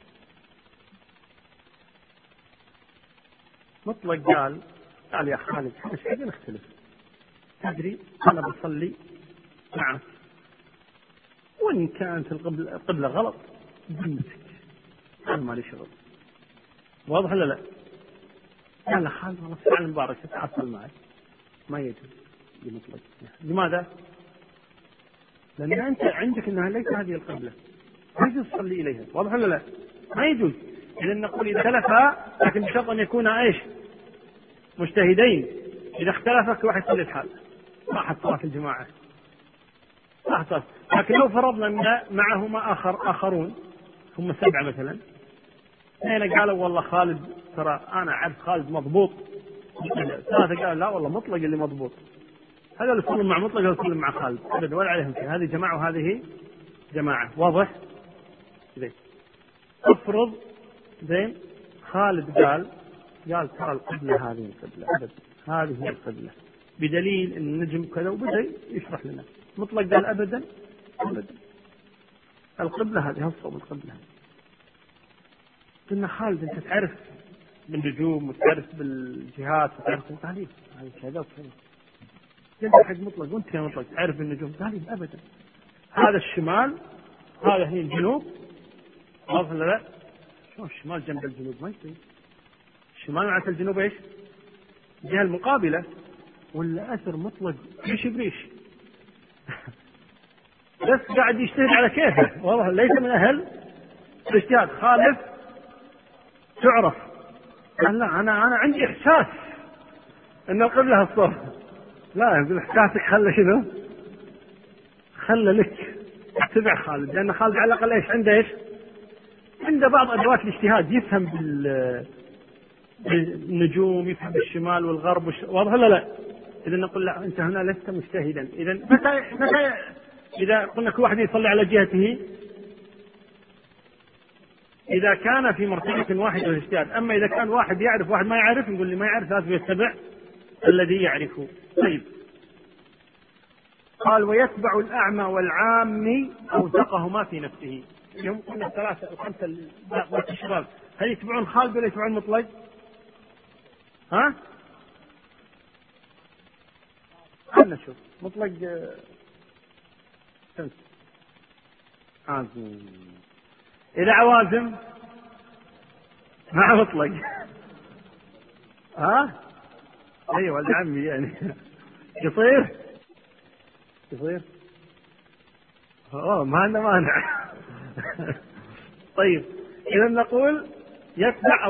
مطلق قال يا خالد احنا ايش قاعدين نختلف؟ تدري انا بصلي معك وان كانت القبله غلط بنتك انا مالي شغل. واضح ولا لا؟ قال له خالد والله فعلا مبارك تعصل معي. ما يجوز لمطلق. لماذا؟ لان انت عندك انها ليس هذه القبله، ما يجوز تصلي اليها. واضح ولا لا؟ ما يجوز. اذا نقول اذا اختلفا لكن بشرط ان يكونا ايش؟ مجتهدين. اذا اختلفا كل واحد يصلي الحال، راحت صلاه الجماعه راحت. لكن لو فرضنا ان معهما اخرون هم 7 مثلا، اثنين قالوا والله خالد ترى انا اعرف خالد مضبوط، 3 قالوا لا والله مطلق اللي مضبوط، هذا اللي يصلون مع مطلق يصلون مع خالد ابدا ولا عليهم شيء، هذه جماعه وهذه جماعه. واضح؟ زين. افرض زين خالد قال ترى القبله هذه القبله ابدا، هذه هي القبله بدليل ان النجم كذا، وبدا يشرح لنا. مطلق قال ابدا القبله هذه الصوب القبله. قلنا خالد انت تعرف بالنجوم وتعرف بالجهات وتعرف التعليم هذه كذا وكذا. قلت حق مطلق وانت يا مطلق تعرف بالنجوم؟ قال ابدا، هذا الشمال هذا هي الجنوب. واضح ولا لا؟ شو الشمال جنب الجنوب؟ ما يصير. الشمال معناته الجنوب ايش؟ الجهه المقابله. ولا اثر مطلق بريش بريش بس قاعد يجتهد على كيفه. واضح ليس من اهل الاجتهاد. خالف تعرف قال لا انا عندي احساس ان القبله الصوب. لا يقول احساسك خلى شنو؟ خلى لك اتبع خالد، لان خالد على الاقل ايش عنده؟ ايش عنده؟ بعض ادوات الاجتهاد، يفهم بالنجوم، يفهم بالشمال والغرب واضح ولا لا؟ اذا نقول لا انت هنا لست مجتهدا. اذا متى اذا قلنا كل واحد يصلي على جهته؟ اذا كان في مرتبه واحده الاجتهاد. اما اذا كان واحد يعرف واحد ما يعرف، نقول اللي ما يعرف لازم يتبع الذي يعرفه. طيب قال ويتبع الأعمى والعامي أوثقهما في نفسه. اليوم قلنا 5 الشباب، هل يتبعون خالد ولا يتبعون مطلق؟ ها؟ خلنا نشوف مطلق عازم. إذا عوازم مع مطلق ها؟ أيوة ولد عمي يعني يصير ما عندنا مانع. طيب إذا نقول يتبع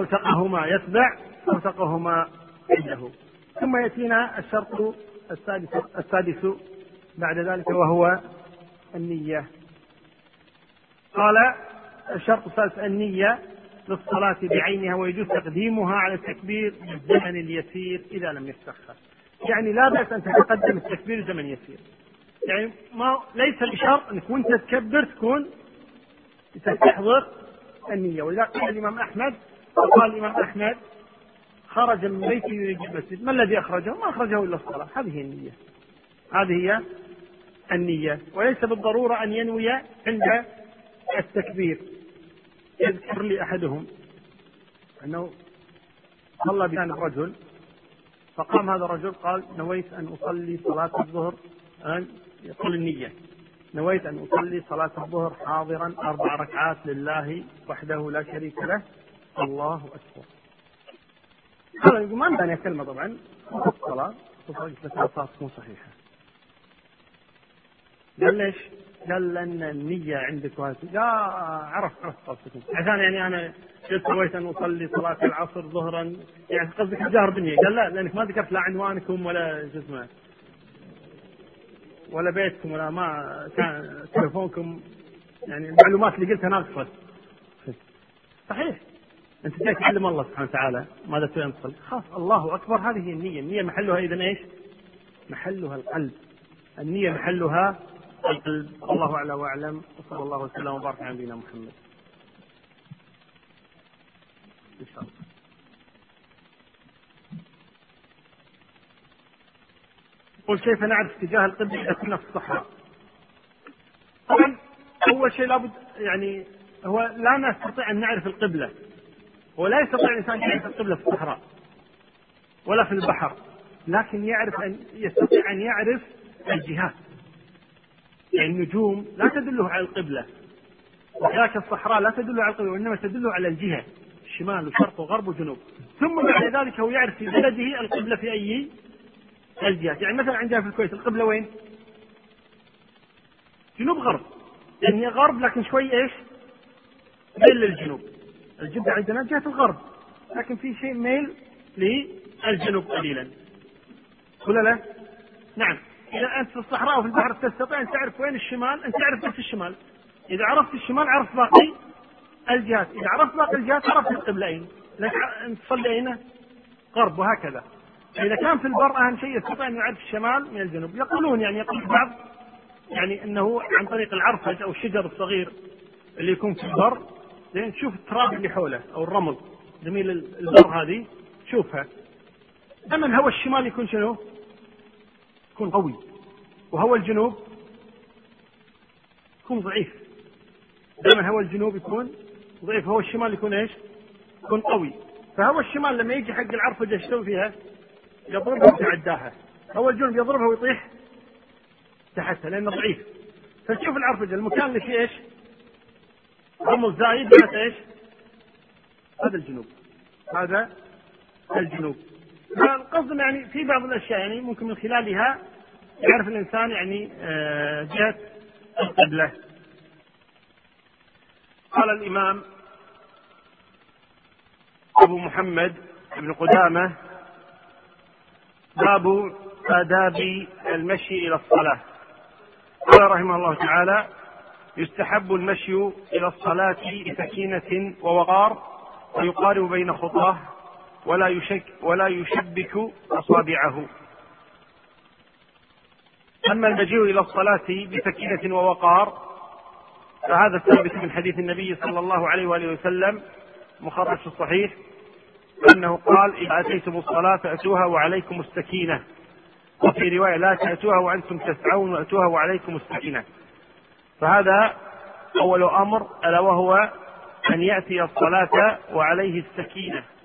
أوثقهما عنده. ثم يأتينا الشرط السادس بعد ذلك وهو النية. قال الشرط الثالث النية للصلاة بعينها، ويجوز تقديمها على التكبير بالزمن اليسير إذا لم يتأخر. يعني لا بأس أن تتقدم التكبير زمن يسير، يعني ليس بشرط أنك وانت تكبر تكون تحضر النية. ولذا قال الإمام أحمد، وقال الإمام أحمد خرج من بيته يريد المسجد، ما الذي أخرجه؟ ما أخرجه إلا الصلاة. هذه هي النية، هذه هي النية. وليس بالضرورة أن ينوي عند التكبير. يذكر لي أحدهم أنه صلى بين الرجل، فقام هذا الرجل قال نويت أن أصلي صلاة الظهر، يقول النية نويت أن أصلي صلاة الظهر حاضرا 4 ركعات لله وحده لا شريك له الله أكبر. هذا يقول ما ثانية كلمة طبعا الصلاة صارت مو صحيحة. قال ليش؟ قال لأن النية عندك واسعة. لا عرف قصدكم، عشان يعني أنا نويت أن أصلي صلاة العصر ظهرا، يعني قصدك الجهر بالنية. قال لا، لأنك ما ذكرت لا عنوانكم ولا جسمه ولا بيتكم ولا ما كان تلفونكم يعني المعلومات اللي قلتها ناقصة. صحيح، أنت جاي تعلم الله سبحانه وتعالى ماذا تريد أن تصلي، خلاص الله أكبر، هذه هي النية. النية محلها إذن إيش؟ محلها القلب. النية محلها القلب. الله أعلى وأعلم، وصلى الله وسلم وبارك على نبينا محمد إن شاء الله. قل كيف نعرف اتجاه القبلة إذا كنا في الصحراء؟ طبعا أول شيء لابد يعني هو لا نستطيع أن نعرف القبلة، ولا يستطيع الإنسان أن يعرف القبلة في الصحراء ولا في البحر، لكن يستطيع أن يعرف الجهات. يعني النجوم لا تدله على القبلة، وكذلك الصحراء لا تدله على القبلة، وإنما تدله على الجهة، الشمال وشرق وغرب وجنوب. ثم بعد ذلك هو يعرف في بلده القبلة في أي الجهات. يعني مثلا عندنا في الكويت القبلة وين؟ جنوب غرب، يعني هي غرب لكن شوي ايش؟ ميل للجنوب. الجدة عندنا جهة الغرب لكن في شيء ميل للجنوب قليلا، ولا لا؟ نعم. إذا أنت في الصحراء وفي البحر تستطيع أن تعرف وين الشمال، أن تعرف بس الشمال. إذا عرفت الشمال عرفت باقي الجهات، إذا عرفت باقي الجهات عرفت القبلين، لك أن تصلي أين؟ غرب، وهكذا. إذا كان في البر أهم شيء يستطيع أن يعرف الشمال من الجنوب. يقولون يعني يقول بعض يعني أنه عن طريق العرفج أو الشجر الصغير اللي يكون في البر، لأن تشوف التراب اللي حوله أو الرمل جميل البر هذه شوفها. أما هو الشمال يكون شنو؟ يكون قوي، وهو الجنوب يكون ضعيف. دائما هو الجنوب يكون ضعيف، هو الشمال يكون ايش؟ يكون قوي. فهو الشمال لما يجي حق العرفجة ايش يسوي فيها؟ يضربها ويتعداها. هو الجنوب يضربها ويطيح تحتها لأنه ضعيف. فتشوف العرفجة المكان اللي فيه ايش؟ رمل زايد معناته ايش؟ هذا الجنوب، هذا الجنوب. فالقصد يعني في بعض الأشياء يعني ممكن من خلالها يعرف الإنسان يعني جهة القبلة. قال الإمام أبو محمد بن قدامة: باب آداب المشي إلى الصلاة. قال رحمه الله تعالى: يستحب المشي إلى الصلاة بسكينة ووقار، ويقارب بين خطاه ولا يشبك أصابعه. أما المجيء إلى الصلاة بسكينة ووقار فهذا ثابت من حديث النبي صلى الله عليه وآله وسلم مخرج في الصحيح أنه قال: إذا أتيتم الصلاة فأتوها وعليكم السكينة، وفي رواية: لا تأتوها وأنتم تسعون وأتوها وعليكم السكينة. فهذا أول أمر، ألا وهو أن يأتي الصلاة وعليه السكينة.